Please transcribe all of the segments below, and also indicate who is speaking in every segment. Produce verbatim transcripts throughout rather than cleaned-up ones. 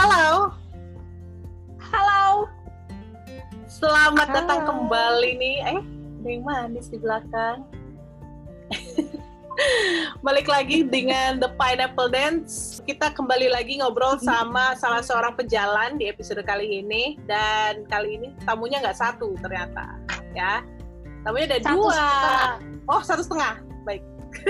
Speaker 1: Halo.
Speaker 2: Halo.
Speaker 1: Selamat
Speaker 2: Halo.
Speaker 1: datang kembali nih. Eh, ada yang manis di belakang. Balik lagi dengan The Pineapple Dance. Kita kembali lagi ngobrol sama salah seorang pejalan di episode kali ini. Dan kali ini tamunya nggak satu ternyata, ya. Tamunya ada
Speaker 2: Satu
Speaker 1: dua.
Speaker 2: setengah.
Speaker 1: Oh, satu setengah. Baik.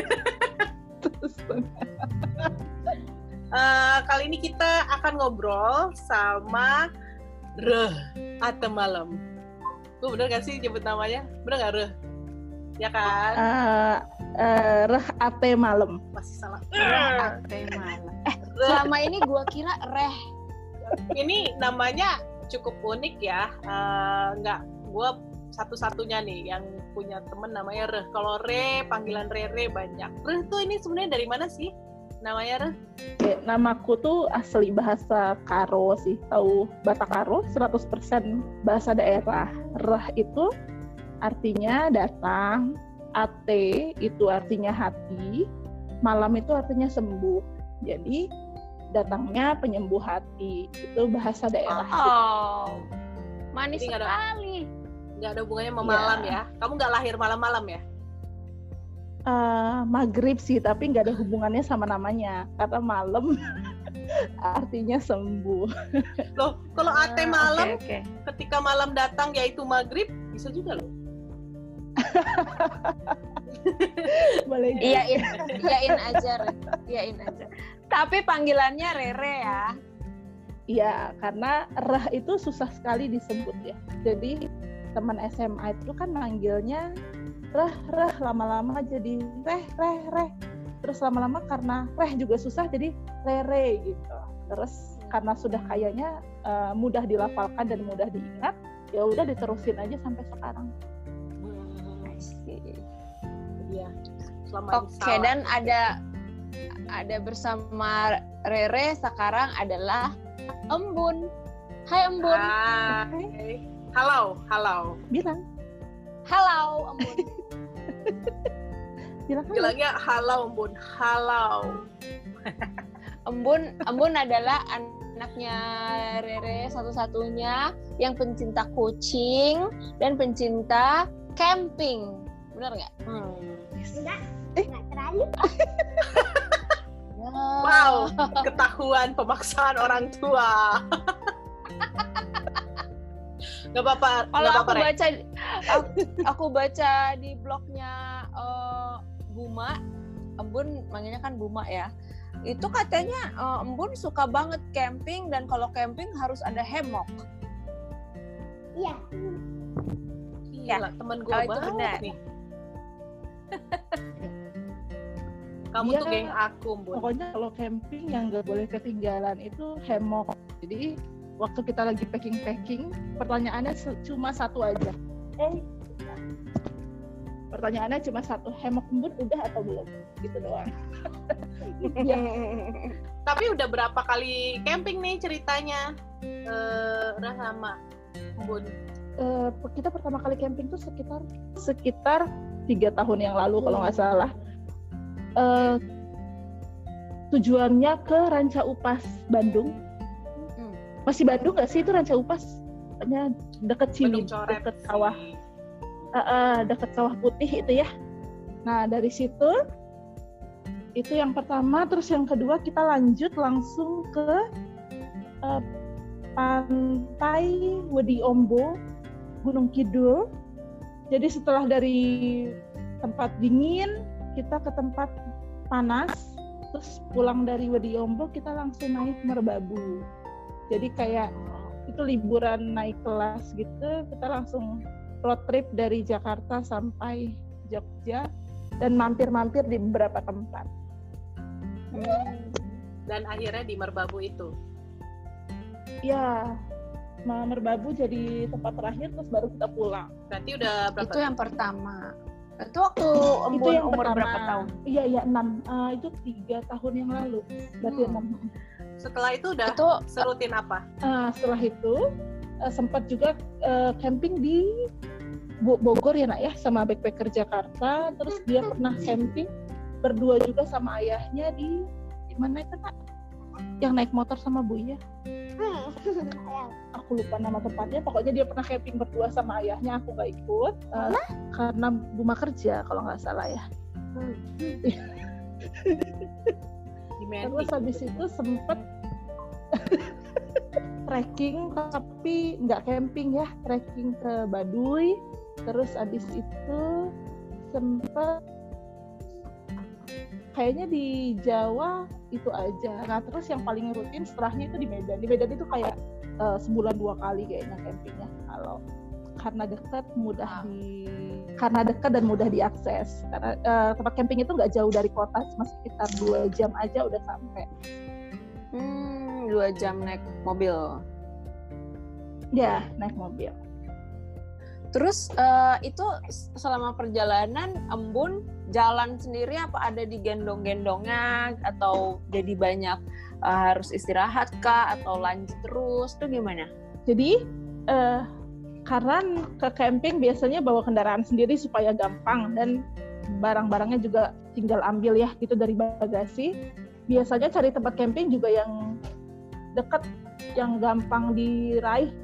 Speaker 1: uh, kali ini kita akan ngobrol sama Reh Ate Malam. Gue bener gak sih nyebut namanya? Bener gak Reh? Ya kan?
Speaker 3: Uh, uh, Reh Ate Malam.
Speaker 1: Masih salah.
Speaker 2: Reh Ate Malam. Eh, selama ini gue kira Reh.
Speaker 1: Ini namanya cukup unik ya. Uh, nggak, gue satu-satunya nih yang punya temen namanya Reh. Kalau Re, panggilan Rere banyak. Reh tuh ini sebenarnya dari mana sih? Namanya Reh?
Speaker 3: Oke, namaku tuh asli bahasa Karo sih. Tahu Batak Karo, seratus persen bahasa daerah. Reh itu artinya datang, ate itu artinya hati, malam itu artinya sembuh. Jadi datangnya penyembuh hati. Itu bahasa daerah.
Speaker 2: Oh, manis
Speaker 1: Jadi nggak ada-
Speaker 2: sekali.
Speaker 1: Nggak ada hubungannya sama
Speaker 3: Ya.
Speaker 1: malam ya? Kamu nggak lahir malam-malam ya?
Speaker 3: Uh, maghrib sih, tapi nggak ada hubungannya sama namanya. Karena malam artinya sembuh.
Speaker 1: Loh, kalau ate
Speaker 2: Ah,
Speaker 1: malam,
Speaker 2: Oke, oke.
Speaker 1: ketika malam datang yaitu maghrib, bisa juga loh.
Speaker 3: Boleh.
Speaker 2: Iyain, iyain aja, Reh. Iyain aja. Tapi panggilannya Rere ya.
Speaker 3: Iya, karena Reh itu susah sekali disebut ya. Jadi teman S M A itu kan manggilnya Reh, Reh, lama-lama jadi Reh, Reh, Reh. Terus lama-lama karena Reh juga susah jadi Rere gitu. Terus karena sudah kayaknya uh, mudah dilafalkan dan mudah diingat, ya udah diterusin aja sampai sekarang.
Speaker 1: Hmm,
Speaker 2: Asik.
Speaker 1: iya. Selama
Speaker 2: Oke,
Speaker 1: salah.
Speaker 2: dan ada ada bersama Rere sekarang adalah Embun. Hai Embun.
Speaker 1: Hai. Halo, halo.
Speaker 3: Bilang,
Speaker 2: Halo Embun.
Speaker 3: bilang aja.
Speaker 1: Bilangnya halo, Bun. Halo.
Speaker 2: Embun, Embun adalah anaknya Rere satu-satunya yang pencinta kucing dan pencinta camping. Benar nggak?
Speaker 1: Hmm.
Speaker 4: Enggak,
Speaker 3: Eh.
Speaker 4: enggak terlalu.
Speaker 1: Wow, ketahuan pemaksaan orang tua. Gak apa-apa,
Speaker 2: Kalau
Speaker 1: gak
Speaker 2: aku
Speaker 1: apa-apa, Rek.
Speaker 2: baca, aku, aku baca di blognya eh, Buma, Embun manggilnya kan Buma ya. Itu katanya eh, Embun suka banget camping dan kalau camping harus ada hammock.
Speaker 4: Iya.
Speaker 1: Gila, temen gue
Speaker 2: Oh, itu
Speaker 1: banget
Speaker 2: benar.
Speaker 1: nih. Kamu
Speaker 3: Iya.
Speaker 1: tuh geng aku, Bun.
Speaker 3: Pokoknya kalau camping yang nggak boleh ketinggalan itu hammock. Jadi waktu kita lagi packing-packing, pertanyaannya se- cuma satu aja. Eh, pertanyaannya cuma satu, hammock Embun udah atau belum? Gitu doang. Ya,
Speaker 1: Tapi udah berapa kali camping nih ceritanya? Eh, udah sama, Bun.
Speaker 3: eh, kita pertama kali camping tuh sekitar sekitar tiga tahun yang lalu kalau nggak salah. Eh, tujuannya ke Ranca Upas, Bandung.
Speaker 2: Hmm.
Speaker 3: Masih Bandung nggak sih itu Ranca Upas? Kayaknya deket sini,
Speaker 1: Bandung coret
Speaker 3: deket
Speaker 1: sih.
Speaker 3: sawah. Uh, uh, dekat sawah putih itu ya. Nah dari situ itu yang pertama, terus yang kedua kita lanjut langsung ke uh, pantai Wedi Ombo, Gunung Kidul. Jadi setelah dari tempat dingin kita ke tempat panas, terus pulang dari Wedi Ombo kita langsung naik Merbabu. Jadi kayak itu liburan naik kelas gitu, kita langsung road trip dari Jakarta sampai Jogja dan mampir-mampir di beberapa tempat.
Speaker 1: Dan akhirnya di Merbabu itu.
Speaker 3: Ya, Merbabu jadi tempat terakhir terus baru kita pulang.
Speaker 1: Berarti udah berapa?
Speaker 2: Itu yang pertama. Itu waktu Embun
Speaker 3: itu yang
Speaker 2: umur
Speaker 3: pertama.
Speaker 2: berapa tahun?
Speaker 3: Iya, iya enam. Uh, itu tiga tahun yang lalu. Berarti
Speaker 2: Hmm.
Speaker 3: enam.
Speaker 1: Setelah itu udah
Speaker 2: Itu
Speaker 1: serutin apa?
Speaker 3: Uh, setelah itu uh, sempat juga uh, camping di Bo- Bogor ya nak ya, sama backpacker Jakarta. Terus dia pernah camping berdua juga sama ayahnya di di mana itu nak? Yang naik motor sama Buya. Aku lupa nama tempatnya, pokoknya dia pernah camping berdua sama ayahnya, aku gak ikut uh, karena Buma kerja kalau nggak salah ya.
Speaker 1: Hmm.
Speaker 3: Terus habis itu sempet trekking, tapi nggak camping ya, trekking ke Baduy. Terus habis itu sempet kayaknya di Jawa itu aja. Nah terus yang paling rutin setelahnya itu di Medan. Di Medan itu kayak uh, sebulan dua kali kayaknya campingnya. Kalau karena dekat mudah di karena dekat dan mudah diakses. Karena uh, tempat camping itu nggak jauh dari kota, cuma sekitar dua jam aja udah sampai.
Speaker 2: Hmm, dua jam naik mobil.
Speaker 3: Ya naik mobil.
Speaker 2: Terus uh, itu selama perjalanan Embun jalan sendiri apa ada digendong-gendongnya atau jadi banyak uh, harus istirahat kah atau lanjut terus itu gimana?
Speaker 3: Jadi uh, karena ke camping biasanya bawa kendaraan sendiri supaya gampang dan barang-barangnya juga tinggal ambil ya gitu dari bagasi. Biasanya cari tempat camping juga yang dekat, yang gampang diraih.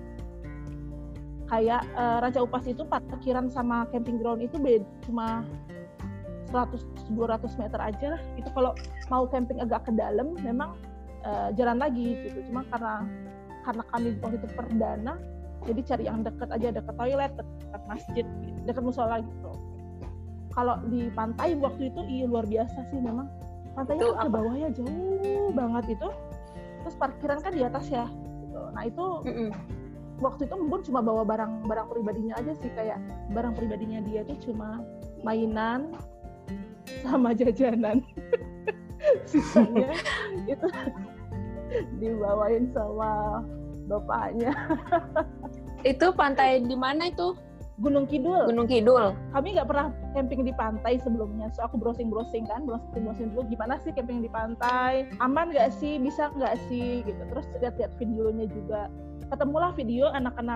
Speaker 3: Kayak uh, Raja Upas itu parkiran sama camping ground itu beda, cuma seratus sampai dua ratus meter aja. Itu kalau mau camping agak ke dalam memang uh, jalan lagi gitu. Cuma karena karena kami waktu itu perdana, jadi cari yang dekat aja, dekat toilet, dekat masjid, dekat musola gitu. Kalau di pantai waktu itu iya luar biasa sih memang. Pantainya kan ke bawah ya jauh banget itu. Terus parkiran kan di atas ya. Gitu. Nah itu mm-mm. Waktu itu Embun cuma bawa barang-barang pribadinya aja sih, kayak barang pribadinya dia tuh cuma mainan sama jajanan. Sisanya itu dibawain sama bapaknya.
Speaker 2: Itu pantai di mana itu?
Speaker 3: Gunung Kidul.
Speaker 2: Gunung Kidul.
Speaker 3: Kami nggak pernah camping di pantai sebelumnya, so aku browsing-browsing kan, browsing-browsing dulu gimana sih camping di pantai, aman nggak sih, bisa nggak sih, gitu. Terus lihat-lihat videonya juga. Ketemulah video anak-anak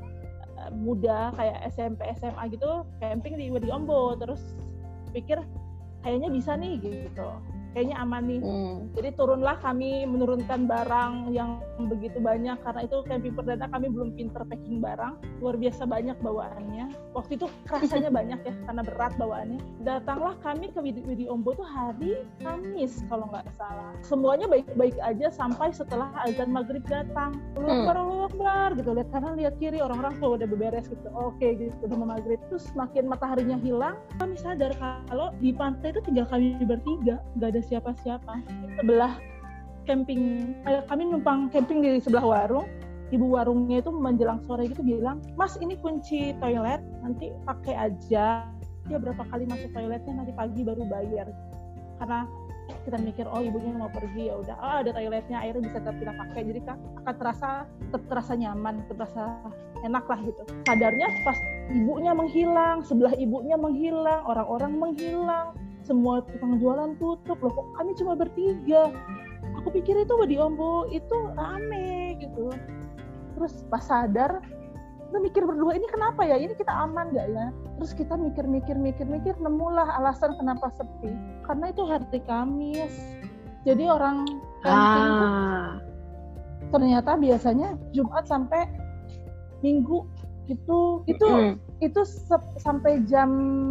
Speaker 3: muda kayak S M P S M A gitu camping di Wadi Ombo, terus pikir kayaknya bisa nih gitu, kayaknya aman nih. Hmm. Jadi turunlah kami menurunkan barang yang begitu banyak karena itu camping perdana, kami belum pinter packing barang, luar biasa banyak bawaannya. Waktu itu rasanya banyak ya karena berat bawaannya. Datanglah kami ke Wadi, Wadi Ombo tuh hari Kamis kalau nggak salah. Semuanya baik-baik aja sampai setelah azan maghrib datang. Luar luar luar gitu, lihat kanan lihat kiri, orang-orang tuh udah beberes gitu. Oke gitu, udah mau maghrib. Terus makin mataharinya hilang, kami sadar kalau di pantai itu tinggal kami bertiga, nggak ada siapa-siapa. Sebelah camping, eh, kami numpang camping di sebelah warung. Ibu warungnya itu menjelang sore gitu bilang, Mas ini kunci toilet, nanti pakai aja. Dia berapa kali masuk toiletnya, nanti pagi baru bayar. Karena kita mikir, oh ibunya mau pergi, ya udah, oh ada toiletnya, airnya bisa tetap kita pakai. Jadi kan akan terasa, tetap terasa nyaman, terasa enak lah gitu. Sadarnya pas ibunya menghilang, sebelah ibunya menghilang, orang-orang menghilang. Semua tukang jualan tutup loh, kok kami cuma bertiga. Aku pikir itu Wadi Ombo itu rame gitu. Terus pas sadar, kita mikir berdua ini kenapa ya, ini kita aman gak ya? Terus kita mikir-mikir-mikir-mikir, nemulah alasan kenapa sepi. Karena itu hari Kamis. Jadi orang camping ah. tuh ternyata biasanya Jumat sampai Minggu itu itu mm. itu se- sampai jam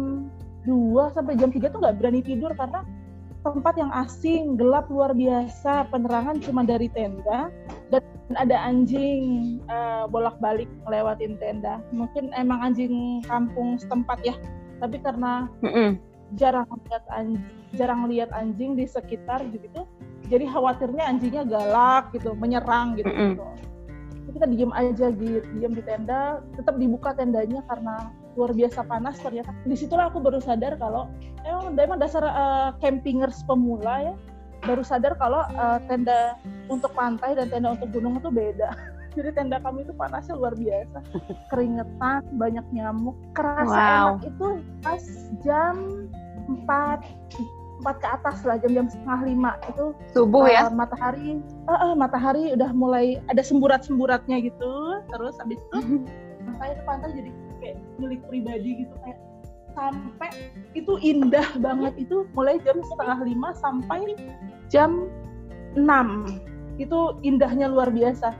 Speaker 3: dua sampai jam tiga tuh nggak berani tidur karena tempat yang asing, gelap luar biasa, penerangan cuma dari tenda dan ada anjing uh, bolak-balik ngelewatin tenda. Mungkin emang anjing kampung setempat ya, tapi karena Mm-mm. jarang lihat anjing, jarang lihat anjing di sekitar gitu, jadi khawatirnya anjingnya galak gitu, menyerang gitu. Mm-mm. gitu. Kita diem aja gitu, diem di tenda, tetap dibuka tendanya karena luar biasa panas ternyata. Disitulah aku baru sadar kalau emang, emang dasar uh, campingers pemula ya, baru sadar kalau uh, tenda untuk pantai dan tenda untuk gunung itu beda. Jadi tenda kami itu panasnya luar biasa, keringetan, banyak nyamuk. Kerasa wow. enak itu pas jam empat empat ke atas lah, jam-jam setengah lima itu
Speaker 2: subuh uh, ya,
Speaker 3: matahari uh, uh, matahari udah mulai ada semburat-semburatnya gitu. Terus habis itu pantai itu pantai jadi kayak milik pribadi gitu, kayak sampai itu indah banget. Itu mulai jam setengah lima sampai jam enam itu indahnya luar biasa.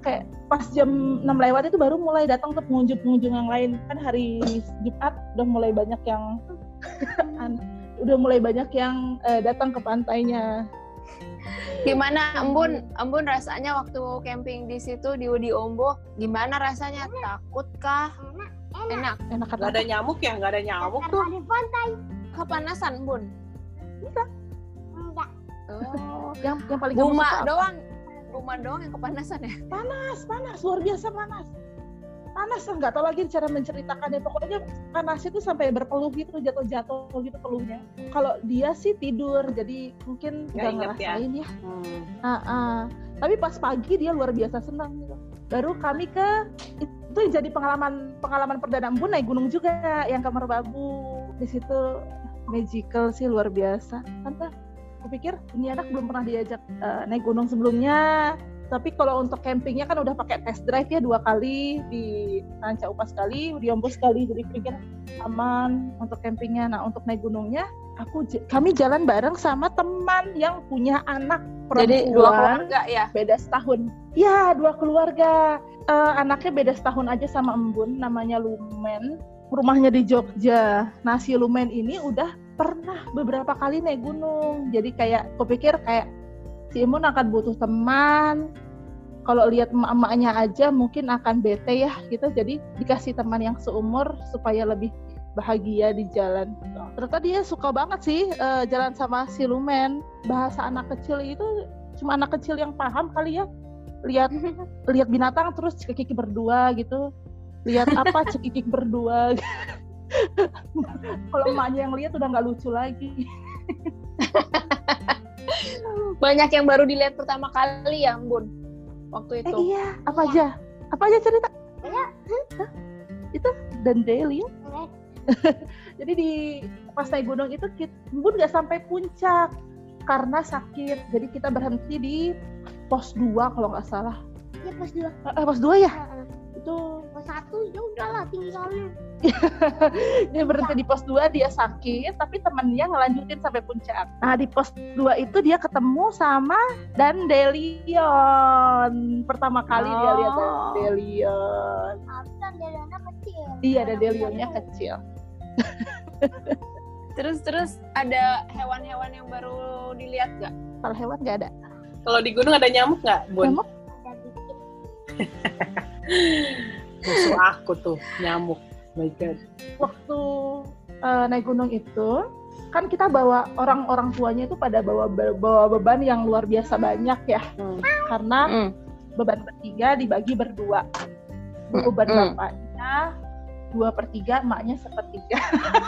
Speaker 3: kayak pas jam enam lewat itu baru mulai datang tuh pengunjung-pengunjung yang lain. Kan hari Jumat udah mulai banyak yang udah mulai banyak yang uh, datang ke pantainya.
Speaker 2: Gimana Embun? Embun rasanya waktu camping di situ di Wadi Ombo, gimana rasanya? Takut kah?
Speaker 4: Enak.
Speaker 2: Enak.
Speaker 3: Enak
Speaker 1: Gak ada nyamuk ya, gak ada nyamuk tuh.
Speaker 4: Di pantai.
Speaker 2: Kepanasan Embun?
Speaker 4: Enggak.
Speaker 2: Oh,
Speaker 3: Yang yang paling kamu
Speaker 2: Buma
Speaker 3: suka apa?
Speaker 2: doang. Buma doang yang kepanasan ya?
Speaker 3: Panas, panas, luar biasa panas. Panas, nggak tahu lagi cara menceritakannya. Pokoknya panas itu sampai berpeluh gitu, jatuh-jatuh gitu peluhnya. Kalau dia sih tidur, jadi mungkin
Speaker 1: Nggak
Speaker 3: nggak
Speaker 1: inget
Speaker 3: ngerasain ya.
Speaker 1: Hmm.
Speaker 3: Ah, ah. Tapi pas pagi dia luar biasa senang gitu. Baru kami ke itu jadi pengalaman pengalaman perdana Embun naik gunung juga yang ke Merbabu. Di situ magical sih luar biasa. Tante, aku pikir ini anak belum pernah diajak uh, naik gunung sebelumnya. Tapi kalau untuk campingnya kan udah pakai test drive ya dua kali di Ranca Upas sekali, di Ombo sekali, jadi pikir aman untuk campingnya. Nah untuk naik gunungnya, aku kami jalan bareng sama teman yang punya anak perempuan.
Speaker 2: Jadi dua keluarga ya?
Speaker 3: Beda setahun. Ya dua keluarga. Uh, anaknya beda setahun aja sama Embun, namanya Lumen. Rumahnya di Jogja. Nah si Lumen ini udah pernah beberapa kali naik gunung. Jadi kayak, aku pikir kayak si Embun akan butuh teman. Kalau lihat emak-emaknya aja mungkin akan bete ya gitu. Jadi dikasih teman yang seumur supaya lebih bahagia di jalan. Ternyata dia suka banget sih uh, jalan sama si Lumen. Bahasa anak kecil itu cuma anak kecil yang paham kali ya. Lihat lihat binatang terus cekikik berdua gitu. Lihat apa cekikik berdua. Kalau emaknya yang lihat udah nggak lucu lagi.
Speaker 2: Banyak yang baru dilihat pertama kali ya Embun waktu itu.
Speaker 3: Eh iya, apa aja? Apa aja cerita?
Speaker 4: Iya.
Speaker 3: Hah? Itu Dandelion. Jadi di pas naik gunung itu Embun nggak sampai puncak karena sakit. Jadi kita berhenti di pos dua kalau nggak salah.
Speaker 4: Iya pos dua.
Speaker 3: Eh pos dua ya?
Speaker 4: Heeh.
Speaker 3: Itu
Speaker 4: Pos satu ya udahlah tinggalnya.
Speaker 3: dia berhenti di pos dua, dia sakit tapi temennya ngelanjutin sampai puncak. Nah di pos dua itu dia ketemu sama Dandelion. Pertama kali
Speaker 2: Oh.
Speaker 3: dia lihat Dandelion.
Speaker 4: Tapi kan dari anak kecil.
Speaker 3: Iya, Dandelionnya kecil.
Speaker 2: Terus terus ada hewan-hewan yang baru dilihat nggak?
Speaker 3: Kalau hewan nggak ada.
Speaker 1: Kalau di gunung ada nyamuk nggak, Bun?
Speaker 3: Nyamuk?
Speaker 4: Ada dikit.
Speaker 1: Musuh aku tuh, nyamuk. My God.
Speaker 3: Waktu uh, naik gunung itu kan kita bawa orang-orang tuanya itu pada bawa bawa beban yang luar biasa banyak ya.
Speaker 1: Hmm.
Speaker 3: Karena
Speaker 2: Mm.
Speaker 3: beban bertiga dibagi berdua. Beban
Speaker 2: Mm.
Speaker 3: bapaknya dua per tiga, emaknya sepertiga.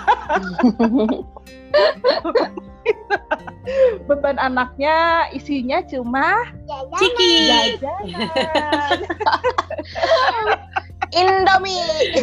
Speaker 3: Beban anaknya isinya cuma
Speaker 4: Jajan.
Speaker 1: Ciki.
Speaker 3: jajanan.
Speaker 2: Indomie.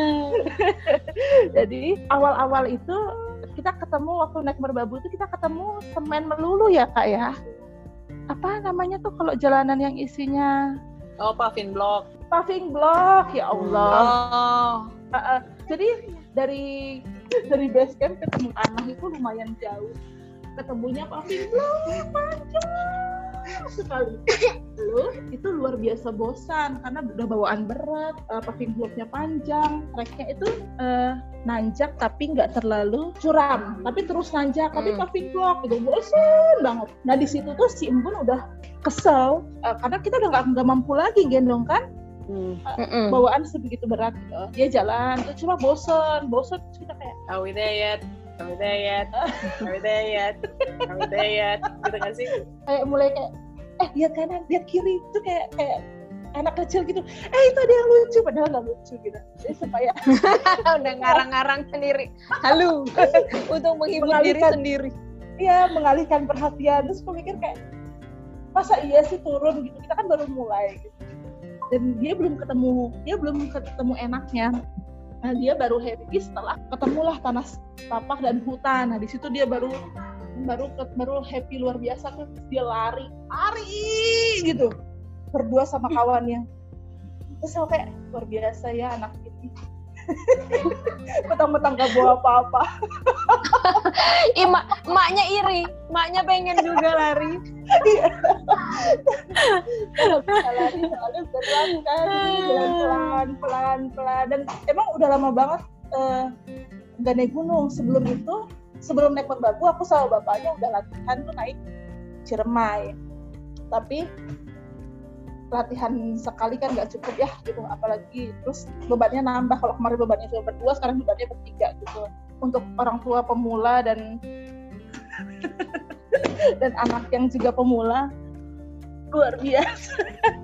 Speaker 3: Jadi awal-awal itu kita ketemu waktu naik Merbabu itu kita ketemu semen melulu ya kak ya. Apa namanya tuh kalau jalanan yang isinya
Speaker 1: Oh, paving block.
Speaker 3: paving block ya Allah.
Speaker 2: Oh.
Speaker 3: Uh, uh, jadi dari dari base camp ketemu tanah itu lumayan jauh. Ketemunya paving block panjang sekali. Lalu itu luar biasa bosan karena udah bawaan berat, uh, paving blocknya panjang, treknya itu uh, nanjak tapi nggak terlalu curam, tapi terus nanjak tapi
Speaker 2: Hmm.
Speaker 3: paving block gitu bosan banget. Nah di situ tuh si Embun udah kesel uh, karena kita udah nggak nggak mampu lagi gendong kan.
Speaker 1: Hmm.
Speaker 2: Mm-mm.
Speaker 3: Bawaan sebegitu berat gitu. Dia jalan, terus cuma bosen, bosen terus kita kayak
Speaker 1: Are we there yet? Are we there yet? Are we there yet? Are we there yet? Gitu nggak sih?
Speaker 3: kayak mulai kayak eh lihat kanan, lihat kiri, itu kayak kayak anak kecil gitu. Eh itu ada yang lucu, padahal nggak lucu gitu. Jadi supaya
Speaker 2: Udah ngarang-ngarang sendiri. Halo. Untuk menghibur diri
Speaker 3: Mengalihkan.
Speaker 2: sendiri.
Speaker 3: ya mengalihkan perhatian. Terus aku mikir kayak masa iya sih turun gitu, kita kan baru mulai gitu. Dan dia belum ketemu, dia belum ketemu enaknya. Nah dia baru happy setelah ketemulah tanah tapak dan hutan. Nah di situ dia baru baru baru happy luar biasa tuh. Dia lari, lari gitu berdua sama kawannya. Terus aku kayak luar biasa ya anak ini. Petang-petang gak bawa apa-apa.
Speaker 2: Ima, maknya iri, maknya pengen juga lari.
Speaker 3: Nggak bisa lari soalnya berat kan, jalan pelan pelan pelan dan emang udah lama banget uh, nggak naik gunung. Sebelum itu, sebelum naik Merbabu, aku sama bapaknya udah latihan tuh naik Ciremai. Tapi latihan sekali kan nggak cukup ya gitu, apalagi terus bebannya nambah. Kalau kemarin bebannya cuma berdua, sekarang bebannya bertiga gitu. Untuk orang tua pemula dan dan anak yang juga pemula, luar biasa.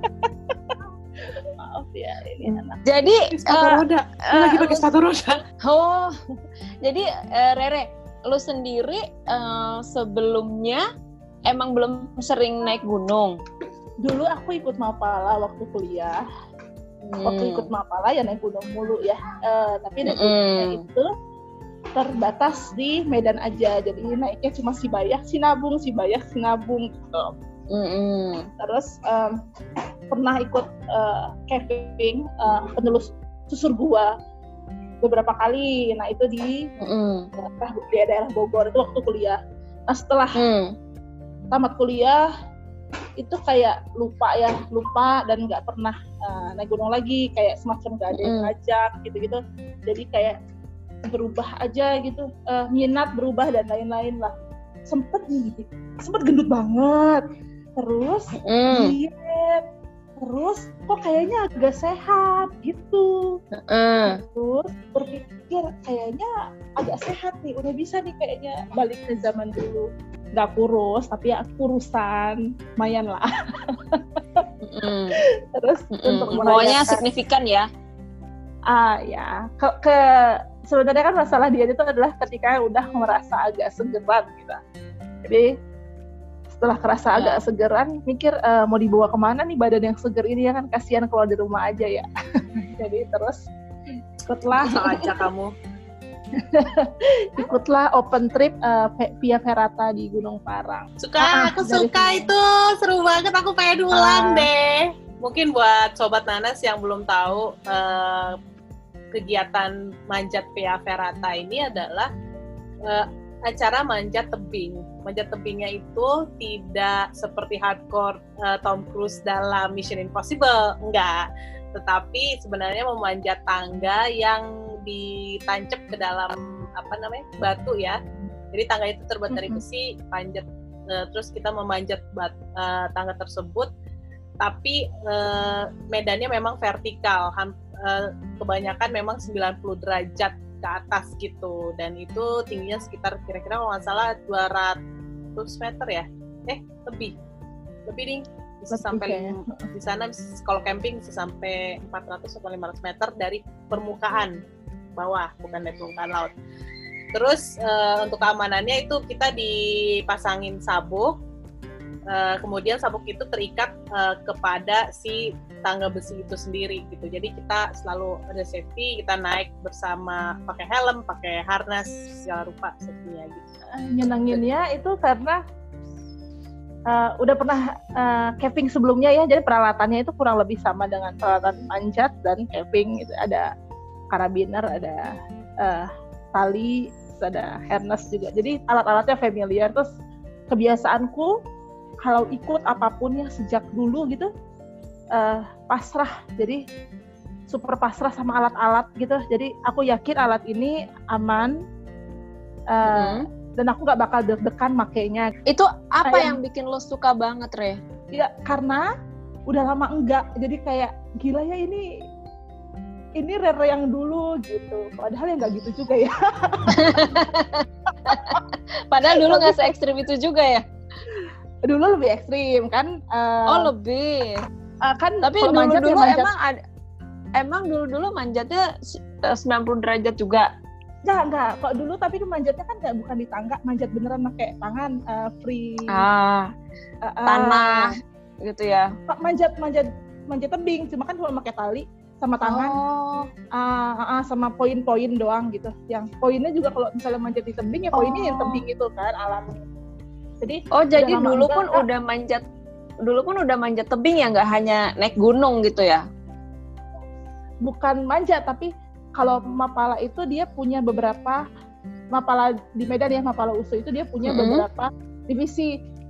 Speaker 3: Maaf ya, ini anak.
Speaker 2: Jadi
Speaker 1: sepatu
Speaker 2: uh,
Speaker 1: roda,
Speaker 2: uh,
Speaker 1: lagi pakai sepatu roda.
Speaker 2: Oh, jadi uh, Rere, lu sendiri uh, sebelumnya emang belum sering naik gunung?
Speaker 3: Dulu aku ikut Mapala waktu kuliah.
Speaker 2: Hmm.
Speaker 3: Waktu ikut Mapala ya naik gunung mulu ya. Uh, tapi naik gunungnya
Speaker 2: Hmm.
Speaker 3: itu terbatas di Medan aja. Jadi naiknya cuma Sibayah, Sinabung, Sibayah, Sinabung gitu.
Speaker 2: Mm-mm.
Speaker 3: Terus um, pernah ikut uh, camping uh, penelus susur gua beberapa kali. Nah itu di
Speaker 2: Mm-mm.
Speaker 3: daerah, di daerah Bogor itu waktu kuliah. Nah setelah
Speaker 2: Mm.
Speaker 3: tamat kuliah itu kayak lupa ya, lupa dan nggak pernah uh, naik gunung lagi, kayak semacam gak ada yang
Speaker 2: Mm.
Speaker 3: ngajak gitu-gitu. Jadi kayak berubah aja gitu, uh, minat berubah dan lain-lain lah. Sempet nih, sempet gendut banget, terus
Speaker 2: Mm.
Speaker 3: diet, terus kok kayaknya agak sehat gitu.
Speaker 2: Mm.
Speaker 3: Terus berpikir kayaknya agak sehat nih, udah bisa nih kayaknya balik ke zaman dulu. Gak kurus, tapi ya kurusan, lumayan lah.
Speaker 2: Mm.
Speaker 3: Terus
Speaker 2: Mm.
Speaker 3: untuk
Speaker 2: Pokoknya
Speaker 3: merayakan,
Speaker 2: signifikan ya.
Speaker 3: ah ya, ke, ke sebenarnya kan masalah diet itu adalah ketika udah merasa agak segeran gitu. Jadi setelah kerasa
Speaker 2: Ya.
Speaker 3: agak segeran, mikir uh, mau dibawa kemana nih badan yang seger ini ya kan, kasihan kalau di rumah aja ya. Jadi terus ikutlah
Speaker 1: Bisa aja kamu.
Speaker 3: ikutlah open trip uh, via Ferata di Gunung Parang.
Speaker 1: Suka,
Speaker 3: Ah,
Speaker 1: aku
Speaker 3: dari
Speaker 1: suka
Speaker 3: sini.
Speaker 1: itu. Seru banget, aku pengen ulang
Speaker 3: Ah.
Speaker 1: deh. Mungkin buat Sobat Nanas yang belum tahu, eh, kegiatan manjat via Ferata ini adalah eh, acara manjat tebing. Manjat tebingnya itu tidak seperti hardcore eh, Tom Cruise dalam Mission Impossible, enggak. Tetapi sebenarnya memanjat tangga yang ditancap ke dalam apa namanya batu ya. Jadi tangga itu terbuat dari
Speaker 3: Mhm.
Speaker 1: besi, panjat eh, terus kita memanjat bat, eh, tangga tersebut. Tapi eh, medannya memang vertikal, ham- eh, kebanyakan memang sembilan puluh derajat ke atas gitu, dan itu tingginya sekitar kira-kira kalau nggak salah dua ratus meter ya, eh lebih, lebih nih bisa
Speaker 3: Lebih
Speaker 1: sampai
Speaker 3: kayaknya.
Speaker 1: lim- di sana bisa- kalau camping bisa sampai empat ratus atau lima ratus meter dari permukaan bawah, bukan dari permukaan laut. Terus eh, untuk keamanannya itu kita dipasangin sabuk. Uh, kemudian sabuk itu terikat uh, kepada si tangga besi itu sendiri gitu. Jadi kita selalu ada safety, kita naik bersama pakai helm, pakai harness segala rupa safety-nya gitu.
Speaker 3: Nyenenginnya itu karena uh, udah pernah uh, camping sebelumnya ya, jadi peralatannya itu kurang lebih sama dengan peralatan manjat dan camping. Itu ada karabiner, ada uh, tali, terus ada harness juga. Jadi alat-alatnya familiar. Terus kebiasaanku kalau ikut apapun ya sejak dulu gitu uh, pasrah, jadi super pasrah sama alat-alat gitu. Jadi aku yakin alat ini aman uh,
Speaker 2: Hmm.
Speaker 3: dan aku nggak bakal deg-degan makainya.
Speaker 2: Itu apa
Speaker 3: Kayak-
Speaker 2: yang bikin lo suka banget, Re?
Speaker 3: Ya karena udah lama enggak, jadi kayak gila ya ini ini Rere yang dulu gitu. Padahal ya nggak gitu juga ya.
Speaker 2: Padahal dulu nggak se-ekstrim itu juga ya?
Speaker 3: Dulu lebih ekstrim kan. uh,
Speaker 2: Oh lebih.
Speaker 3: uh, kan
Speaker 2: Tapi
Speaker 3: kalau manjat ya
Speaker 2: dulu-dulu
Speaker 3: manjat.
Speaker 2: emang ada, emang dulu-dulu manjatnya eh, sembilan puluh derajat juga.
Speaker 3: Enggak, enggak. Kalau dulu tapi itu manjatnya kan nggak bukan di tangga, manjat beneran pakai tangan, uh, free
Speaker 2: Ah,
Speaker 3: uh, uh,
Speaker 2: tanah gitu ya.
Speaker 3: Pak, manjat manjat manjat tebing, cuma kan cuma pakai tali sama tangan,
Speaker 2: Oh.
Speaker 3: uh, uh, uh, sama poin-poin doang gitu. Yang poinnya juga kalau misalnya manjat di tebing ya poinnya
Speaker 2: Oh.
Speaker 3: yang tebing itu kan alam. Jadi
Speaker 2: Oh jadi
Speaker 3: udah lama
Speaker 2: dulu
Speaker 3: enggak,
Speaker 2: pun
Speaker 3: Kak.
Speaker 2: udah manjat, dulu pun udah manjat tebing ya, nggak hanya naik gunung gitu ya?
Speaker 3: bukan manjat tapi kalau Mapala itu dia punya beberapa, Mapala di Medan ya, Mapala U S U itu dia punya
Speaker 2: Mm-hmm.
Speaker 3: beberapa divisi.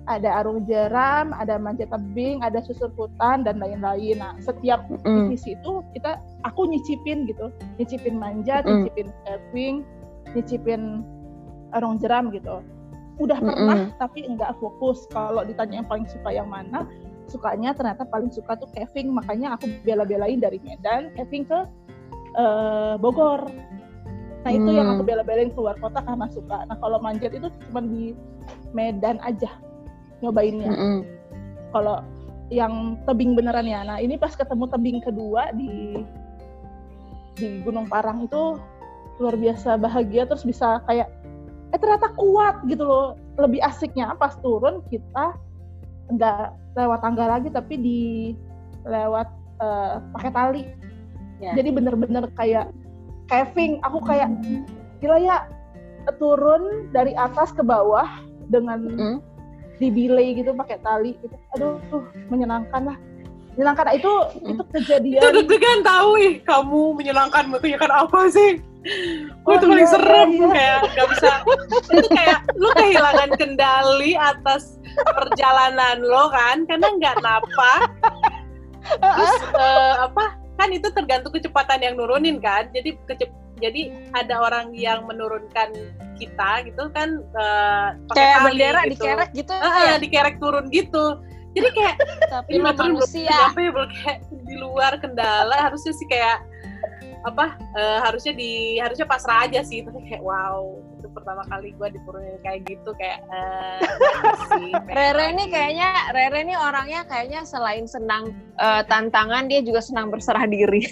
Speaker 3: ada arung jeram, ada manjat tebing, ada susur hutan dan lain-lain. Nah, setiap
Speaker 2: Mm-mm.
Speaker 3: divisi itu kita aku nyicipin gitu, nyicipin manjat,
Speaker 2: Mm.
Speaker 3: nyicipin tebing, nyicipin arung jeram gitu. Udah pernah
Speaker 2: Mm-mm.
Speaker 3: tapi enggak fokus. Kalau ditanya yang paling suka yang mana, sukanya ternyata paling suka tuh caving, makanya aku bela-belain dari Medan caving ke uh, Bogor. Nah itu
Speaker 2: Hmm.
Speaker 3: yang aku bela-belain keluar kota karena suka. Nah kalau manjat itu cuma di Medan aja nyobainnya.
Speaker 2: Mm-mm.
Speaker 3: Kalau yang tebing beneran ya. Nah ini pas ketemu tebing kedua di di Gunung Parang itu luar biasa bahagia, terus bisa kayak eh ternyata kuat gitu loh. Lebih asiknya pas turun kita nggak lewat tangga lagi tapi di lewat uh, pakai tali.
Speaker 2: Ya.
Speaker 3: Jadi bener-bener kayak caving. Aku kayak gila ya, turun dari atas ke bawah dengan
Speaker 2: Mm.
Speaker 3: dibilai gitu pakai tali gitu. Aduh tuh menyenangkan lah. Menyenangkan. Nah, itu itu
Speaker 1: Itu
Speaker 3: kejadian.
Speaker 1: deg-degan tahu ih, kamu menyenangkan menyenangkan apa sih?
Speaker 3: Oh,
Speaker 1: Gue itu paling
Speaker 3: iya,
Speaker 1: serem,
Speaker 3: iya, iya.
Speaker 1: kayak nggak bisa. Itu kayak lu kehilangan kendali atas perjalanan lo kan, karena nggak napak. Terus eh, apa? Kan itu tergantung kecepatan yang nurunin kan. Jadi kecep- jadi ada orang yang menurunkan kita gitu kan, eh, pakai
Speaker 2: Kayak
Speaker 1: tali
Speaker 2: bendera
Speaker 1: gitu.
Speaker 2: dikerek gitu
Speaker 1: Ah,
Speaker 2: ya.
Speaker 1: dikerek turun gitu. Jadi kayak
Speaker 2: Tapi
Speaker 1: ini
Speaker 2: lo
Speaker 1: motor belum
Speaker 2: manusia.
Speaker 1: nyampe, belum kayak di luar kendala, harusnya sih kayak apa eh, harusnya di harusnya pasrah aja sih, tapi kayak wow, itu pertama kali gue diturunin kayak gitu, kayak eh, bagus sih.
Speaker 2: Rere nih kayaknya Rere nih orangnya kayaknya selain senang eh, tantangan, dia juga senang berserah diri.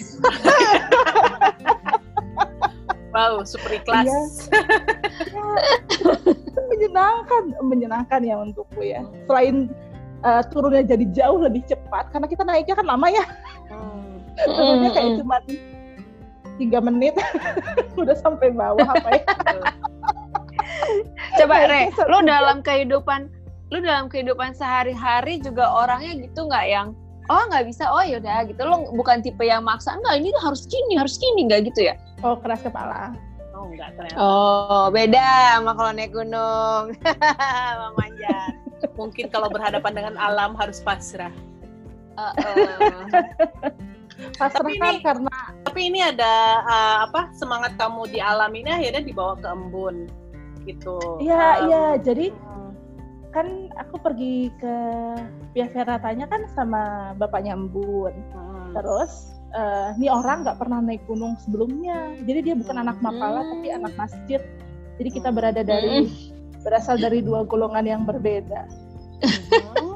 Speaker 1: Wow, super ikhlas.
Speaker 3: Iya. menyenangkan menyenangkan ya untukku ya. Selain uh, turunnya jadi jauh lebih cepat karena kita naiknya kan lama ya.
Speaker 1: Hmm.
Speaker 3: Turunnya kayak
Speaker 2: Mm-mm.
Speaker 3: cuma tiga menit udah sampai bawah apa ya.
Speaker 2: Coba
Speaker 3: Kayak
Speaker 2: Re,
Speaker 3: kisah
Speaker 2: lu
Speaker 3: juga.
Speaker 2: dalam kehidupan lu dalam kehidupan sehari-hari juga orangnya gitu nggak yang oh nggak bisa, oh yaudah gitu, lu bukan tipe yang maksa, enggak ini harus gini harus gini, nggak gitu ya?
Speaker 3: Oh keras kepala.
Speaker 1: Oh enggak ternyata.
Speaker 2: Oh beda sama kalau naik gunung, sama manjat.
Speaker 1: Mungkin kalau berhadapan dengan alam harus pasrah.
Speaker 2: Uh-uh.
Speaker 3: Pasrah
Speaker 1: Tapi
Speaker 3: kan
Speaker 1: ini-
Speaker 3: karena
Speaker 1: Tapi ini ada uh, apa semangat kamu di alam ini akhirnya dibawa ke embun gitu.
Speaker 3: iya
Speaker 1: Um,
Speaker 3: iya jadi
Speaker 1: hmm.
Speaker 3: kan aku pergi ke Via Ferratanya kan sama bapaknya Embun.
Speaker 1: Hmm.
Speaker 3: Terus uh, ini orang nggak pernah naik gunung sebelumnya. Jadi dia bukan anak mapala
Speaker 2: Hmm.
Speaker 3: tapi anak masjid. Jadi kita berada dari berasal dari dua golongan yang berbeda.
Speaker 1: Hmm.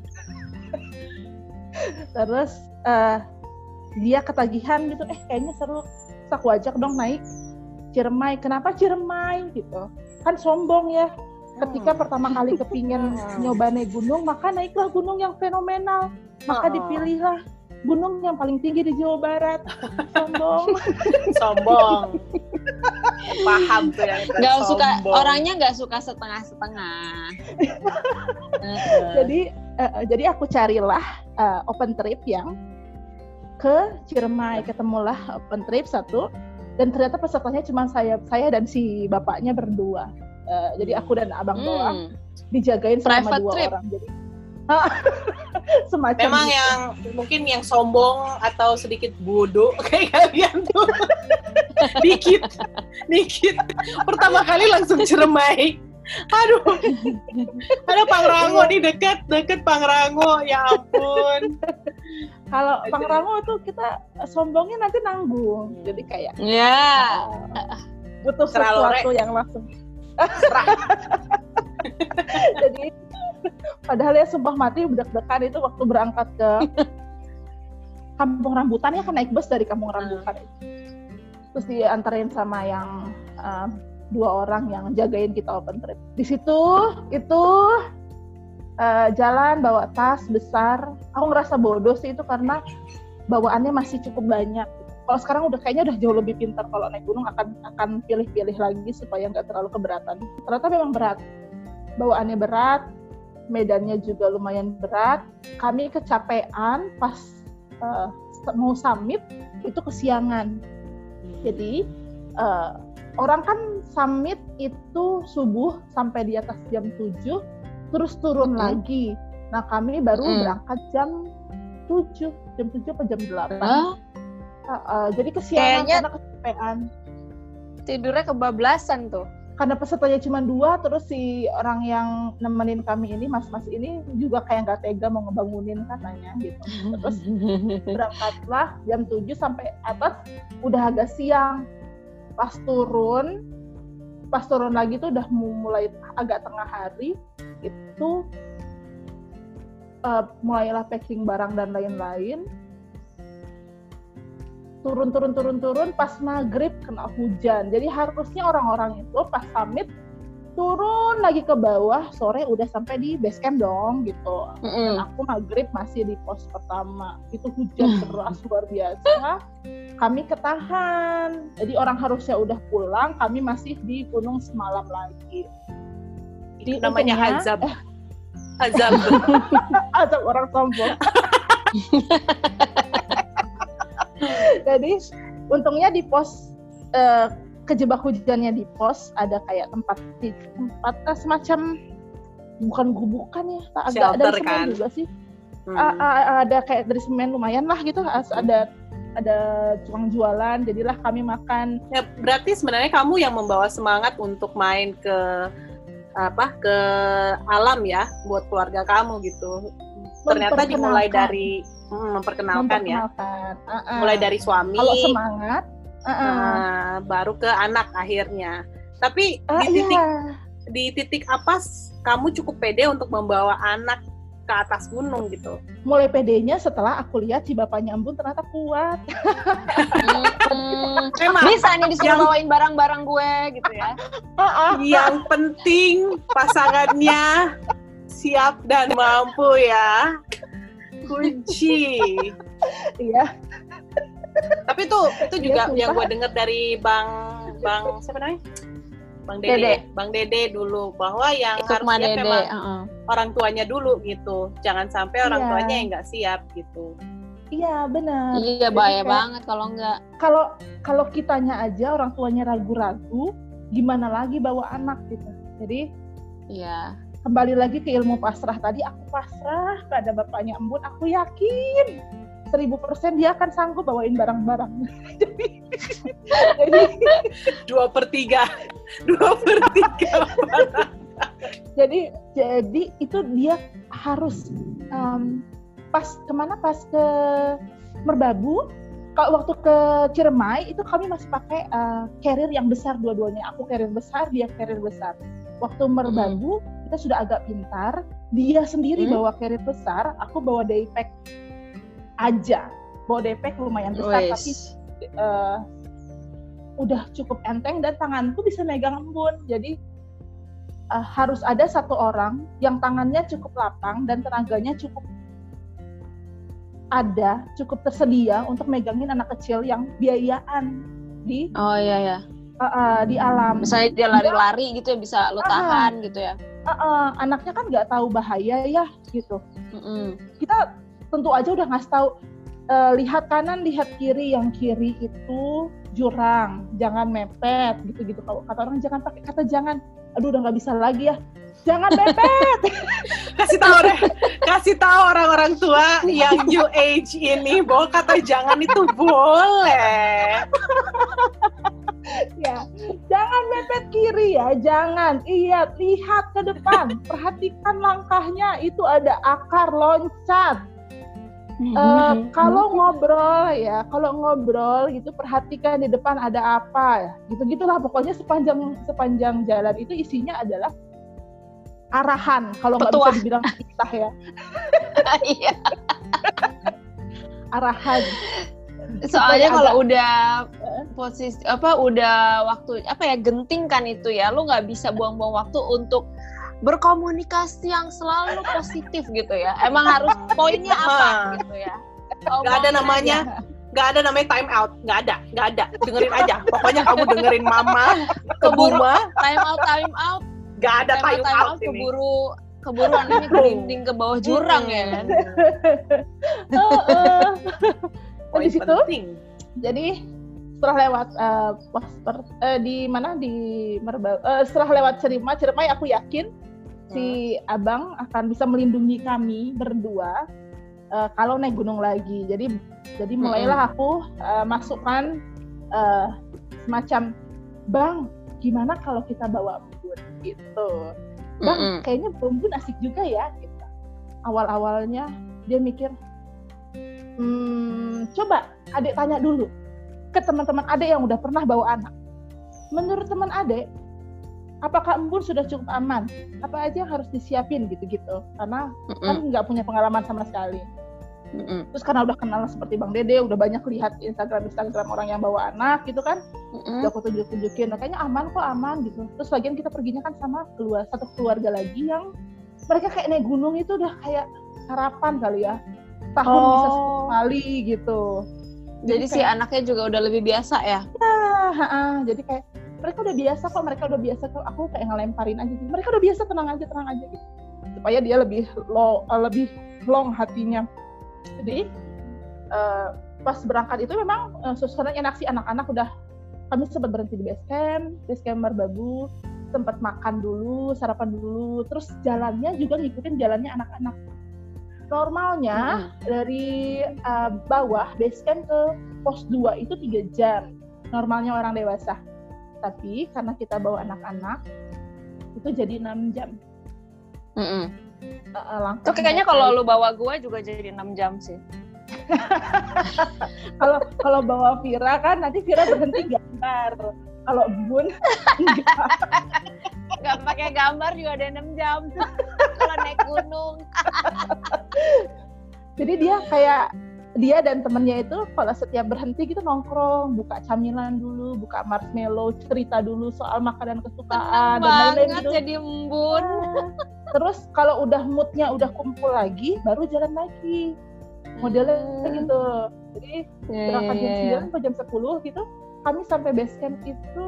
Speaker 3: Terus uh, dia ketagihan gitu, eh kayaknya seru. Terus aku ajak dong naik Ciremai. Kenapa Ciremai gitu? Kan sombong ya. Ketika
Speaker 1: Hmm.
Speaker 3: pertama kali kepingin
Speaker 1: Hmm.
Speaker 3: nyoba naik gunung, maka naiklah gunung yang fenomenal. Maka
Speaker 1: Hmm.
Speaker 3: dipilihlah gunung yang paling tinggi di Jawa Barat. Sombong.
Speaker 1: Sombong. Paham tuh yang itu,
Speaker 2: Nggak suka,
Speaker 1: sombong.
Speaker 2: orangnya nggak suka setengah-setengah. Uh-uh.
Speaker 3: jadi uh, jadi aku carilah uh, open trip yang ke Ciremai. Ketemulah open trip satu, dan ternyata pesertanya cuma saya saya dan si bapaknya berdua. Uh, jadi aku dan abang doang,
Speaker 2: Hmm.
Speaker 3: dijagain selama
Speaker 2: Private
Speaker 3: dua
Speaker 2: trip.
Speaker 3: orang. Jadi semacam
Speaker 1: Memang
Speaker 3: gitu.
Speaker 1: yang mungkin yang sombong atau sedikit bodoh kayak kalian tuh dikit, dikit. Pertama kali langsung Ciremai. Aduh, ada Pangrango nih dekat, dekat Pangrango. Ya ampun.
Speaker 3: Kalau Pangrango tuh kita sombongnya nanti nanggung. Jadi kayak
Speaker 2: Ya.
Speaker 3: uh, butuh
Speaker 1: Serah
Speaker 3: sesuatu yang langsung.
Speaker 1: Serah.
Speaker 3: Jadi padahal ya sumpah mati deg-degan itu waktu berangkat ke Kampung Rambutan ya, kan naik bus dari Kampung Rambutan itu. Terus diantarin sama yang uh, dua orang yang jagain kita open trip. Di situ itu uh, jalan bawa tas besar. Aku ngerasa bodoh sih itu karena bawaannya masih cukup banyak. Kalau sekarang udah kayaknya udah jauh lebih pintar, kalau naik gunung akan akan pilih-pilih lagi supaya nggak terlalu keberatan. Ternyata memang berat, bawaannya berat, medannya juga lumayan berat. Kami kecapean pas uh, mau summit itu kesiangan. Jadi uh, orang kan summit itu subuh sampai di atas jam tujuh, terus turun
Speaker 2: Mm-mm.
Speaker 3: lagi. Nah kami baru
Speaker 2: Mm.
Speaker 3: berangkat jam tujuh, jam tujuh atau jam delapan.
Speaker 2: Hah?
Speaker 3: Uh, uh, jadi kesiangan
Speaker 2: Kayaknya-
Speaker 3: karena kecapean.
Speaker 2: Tidurnya kebablasan tuh.
Speaker 3: Karena pesertanya cuma dua, terus si orang yang nemenin kami ini, mas-mas ini juga kayak nggak tega mau ngebangunin katanya gitu. Terus berangkatlah jam tujuh sampai atas udah agak siang. Pas turun, pas turun lagi tuh udah mulai agak tengah hari, itu uh, mulailah packing barang dan lain-lain. Turun, turun, turun, turun, pas maghrib kena hujan. Jadi harusnya orang-orang itu pas summit turun lagi ke bawah, sore udah sampai di base camp dong gitu.
Speaker 2: Mm-mm.
Speaker 3: Dan aku maghrib masih di pos pertama. Itu hujan deras luar biasa. Kami ketahan. Jadi orang harusnya udah pulang, kami masih di gunung semalam lagi.
Speaker 1: Itu namanya
Speaker 3: untungnya-
Speaker 1: hazab. Hazab.
Speaker 3: Azab orang sombong. Jadi untungnya di pos eh, kejebak hujannya di pos ada kayak tempat tempat eh, semacam bukan gubukan ya, tak agak
Speaker 1: Shelter,
Speaker 3: dari semen
Speaker 1: kan?
Speaker 3: juga sih.
Speaker 1: Hmm.
Speaker 3: A- a- ada kayak dari semen lumayan lah gitu, as- ada ada tukang jualan, jadilah kami makan.
Speaker 1: Ya, berarti sebenarnya kamu yang membawa semangat untuk main ke apa ke alam ya buat keluarga kamu gitu. Ternyata dimulai
Speaker 3: Memperkenalkan.
Speaker 1: dari hmm, memperkenalkan ya.
Speaker 3: Memperkenalkan. Uh-uh.
Speaker 1: Mulai dari suami,
Speaker 3: Kalau semangat, uh-uh.
Speaker 1: nah, baru ke anak akhirnya. Tapi
Speaker 3: Ah,
Speaker 1: di titik
Speaker 3: iya.
Speaker 1: di titik apa s- kamu cukup pede untuk membawa anak ke atas gunung gitu?
Speaker 3: Mulai pedenya setelah aku lihat si bapaknya Embun ternyata kuat.
Speaker 2: Mm-mm.
Speaker 1: Memang
Speaker 2: Bisa nih disuruh
Speaker 1: Yang-
Speaker 2: bawain barang-barang gue gitu ya.
Speaker 1: yang penting pasangannya siap dan mampu ya. Kunci.
Speaker 3: Iya.
Speaker 1: Tapi tuh itu juga
Speaker 3: Iya,
Speaker 1: yang
Speaker 3: sumpah.
Speaker 1: gue dengar dari Bang Bang siapa namanya? Bang Dede.
Speaker 2: Dede.
Speaker 1: Bang Dede dulu bahwa yang
Speaker 2: Sukma
Speaker 1: harusnya
Speaker 2: Dede.
Speaker 1: memang
Speaker 2: uh-uh.
Speaker 1: orang tuanya dulu gitu. Jangan sampai orang
Speaker 3: Iya.
Speaker 1: tuanya yang nggak siap gitu.
Speaker 3: Iya benar.
Speaker 2: Iya
Speaker 3: Jadi
Speaker 2: bahaya
Speaker 3: kayak-
Speaker 2: banget kalau enggak.
Speaker 3: Kalau kalau kitanya aja orang tuanya ragu-ragu, gimana lagi bawa anak gitu. Jadi
Speaker 2: Iya.
Speaker 3: kembali lagi ke ilmu pasrah tadi, aku pasrah pada bapaknya Embun, aku yakin seribu persen dia akan sanggup bawain barang-barang. jadi, jadi,
Speaker 1: Dua per tiga. Dua per tiga.
Speaker 3: jadi, jadi itu dia harus um, pas kemana pas ke Merbabu. Kalau waktu ke Ciremai itu kami masih pakai uh, carrier yang besar dua-duanya. Aku carrier besar, dia carrier besar. Waktu Merbabu kita sudah agak pintar. Dia sendiri
Speaker 2: Hmm.
Speaker 3: bawa carrier besar, aku bawa daypack aja. Bawa daypack lumayan besar,
Speaker 2: Wes.
Speaker 3: tapi uh, udah cukup enteng dan tanganku bisa megang Embun. Jadi uh, harus ada satu orang yang tangannya cukup lapang dan tenaganya cukup ada, cukup tersedia untuk megangin anak kecil yang biayaan di
Speaker 2: Oh iya ya.
Speaker 3: uh, uh, di alam.
Speaker 2: Misalnya dia lari-lari gitu ya bisa lo
Speaker 3: Ah.
Speaker 2: tahan gitu ya.
Speaker 3: Uh, uh, anaknya kan nggak tahu bahaya ya gitu.
Speaker 2: Mm-mm.
Speaker 3: Kita tentu aja udah ngasih tahu, uh, lihat kanan, lihat kiri, yang kiri itu jurang, jangan mepet gitu-gitu. Kalau kata orang jangan pakai kata jangan, aduh udah nggak bisa lagi ya, jangan mepet.
Speaker 1: Kasih tahu deh. Kasih tahu orang-orang tua yang new age ini bahwa kata jangan itu boleh.
Speaker 3: Ya, jangan mepet kiri ya, jangan. Iya, lihat ke depan, perhatikan langkahnya, itu ada akar loncat. Eh, kalau ngobrol ya, kalau ngobrol gitu perhatikan di depan ada apa, gitu-gitulah pokoknya sepanjang sepanjang jalan itu isinya adalah arahan. Kalau nggak bisa
Speaker 2: Petuah.
Speaker 3: dibilang titah ya,
Speaker 2: Iya.
Speaker 3: arahan.
Speaker 2: Soalnya
Speaker 3: Supaya
Speaker 2: kalau
Speaker 3: agak-
Speaker 2: udah posisi apa udah waktu apa ya genting kan itu ya, lu nggak bisa buang-buang waktu untuk berkomunikasi yang selalu positif gitu ya. Emang harus poinnya apa gitu ya.
Speaker 1: Gak ada namanya, gak ada namanya time out, gak ada, gak ada. Dengerin aja. Pokoknya kamu dengerin mama,
Speaker 2: Keburu.
Speaker 1: kebuma,
Speaker 2: Time out, time out,
Speaker 1: gak ada
Speaker 2: time out,
Speaker 1: time
Speaker 2: time
Speaker 1: out
Speaker 2: out,
Speaker 1: ini.
Speaker 2: keburu keburu anaknya gelinding ke bawah jurang ya kan.
Speaker 3: Eh, eh.
Speaker 1: Poin
Speaker 3: Di situ,
Speaker 1: penting.
Speaker 3: jadi setelah lewat eh, pos per- eh, di mana di Merba, eh, setelah lewat Ciremai, Ciremai aku yakin si abang akan bisa melindungi kami berdua uh, kalau naik gunung lagi. Jadi jadi mulailah aku uh, masukkan uh, semacam, bang, gimana kalau kita bawa embun gitu. Bang, mm-mm. kayaknya embun asik juga ya. Gitu. Awal-awalnya dia mikir, hmm, coba adik tanya dulu ke teman-teman adik yang udah pernah bawa anak. Menurut teman adik, apakah embun sudah cukup aman? Apa aja yang harus disiapin gitu-gitu? Karena mm-mm. kan nggak punya pengalaman sama sekali. Mm-mm. Terus karena udah kenal seperti Bang Dede, udah banyak lihat Instagram-Instagram orang yang bawa anak gitu kan, mm-mm. udah aku tunjuk-tunjukin, nah, kayaknya aman kok, aman gitu. Terus lagian kita perginya kan sama keluar, satu keluarga lagi yang mereka kayak naik gunung itu udah kayak harapan kali ya, tahun oh. bisa sekali gitu.
Speaker 2: Jadi, jadi kayak, si anaknya juga udah lebih biasa ya?
Speaker 3: Ya, ha-ha. Jadi kayak mereka udah biasa kok, mereka udah biasa kok. Aku kayak ngelemparin aja gitu. Mereka udah biasa, tenang aja, tenang aja gitu. Supaya dia lebih low, uh, lebih long hatinya. Jadi uh, pas berangkat itu memang uh, suasananya enak sih, anak-anak udah, kami sempat berhenti di base camp, base camp Merbabu, sempat makan dulu, sarapan dulu, terus jalannya juga ngikutin jalannya anak-anak. Normalnya hmm. dari uh, bawah base camp ke pos dua itu tiga jam, normalnya orang dewasa. Tapi karena kita bawa anak-anak, itu jadi enam jam.
Speaker 2: Mm-mm. Uh, Tuh kayaknya kalau lu bawa gue juga jadi enam jam sih.
Speaker 3: Kalau kalau bawa Vira kan nanti Vira berhenti gambar. Kalau Bun enggak.
Speaker 2: Enggak pakai gambar juga ada enam jam. Kalau naik gunung.
Speaker 3: Jadi dia kayak dia dan temennya itu kalau setiap berhenti gitu nongkrong, buka camilan dulu, buka marshmallow, cerita dulu soal makanan kesukaan dan lain-lain gitu.
Speaker 2: Jadi embun.
Speaker 3: Nah, terus kalau udah moodnya udah kumpul lagi, baru jalan lagi. Modelnya hmm. gitu. Jadi yeah, berangkat jam sembilan atau jam sepuluh gitu, kami sampai base camp itu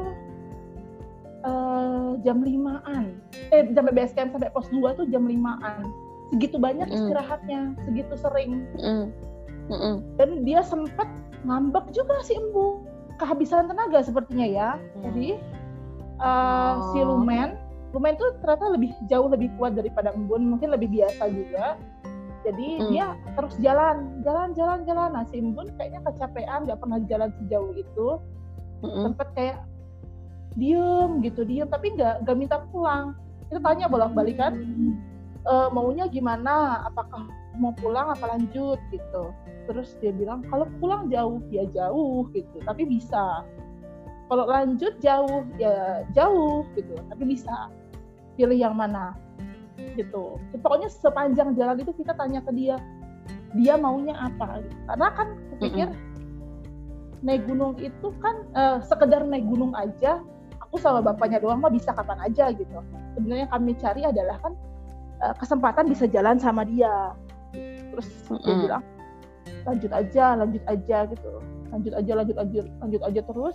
Speaker 3: uh, jam limaan. Eh sampai base camp sampai pos dua tuh jam limaan. Segitu banyak mm. istirahatnya, segitu sering. Mm. Mm-mm. Dan dia sempat ngambek juga si Embu, kehabisan tenaga sepertinya ya. Mm. Jadi uh, oh. si Lumen, Lumen tuh ternyata lebih jauh lebih kuat daripada Embun, mungkin lebih biasa juga. Jadi mm. dia terus jalan, jalan, jalan, jalan. Nah si Embun kayaknya kecapean, nggak pernah jalan sejauh itu. Mm-mm. Sempat kayak diem gitu, diem, tapi nggak nggak minta pulang. Kita tanya bolak-balik kan, e, maunya gimana? Apakah mau pulang apa lanjut gitu? Terus dia bilang kalau pulang jauh ya jauh gitu, tapi bisa. Kalau lanjut jauh ya jauh gitu, tapi bisa. Pilih yang mana gitu. Pokoknya sepanjang jalan itu kita tanya ke dia, dia maunya apa? Gitu. Karena kan pikir mm-hmm. naik gunung itu kan uh, sekedar naik gunung aja. Aku sama bapaknya doang mah bisa kapan aja gitu. Sebenarnya yang kami cari adalah kan uh, kesempatan bisa jalan sama dia. Terus mm-hmm. dia bilang lanjut aja, lanjut aja gitu, lanjut aja, lanjut aja, lanjut aja terus.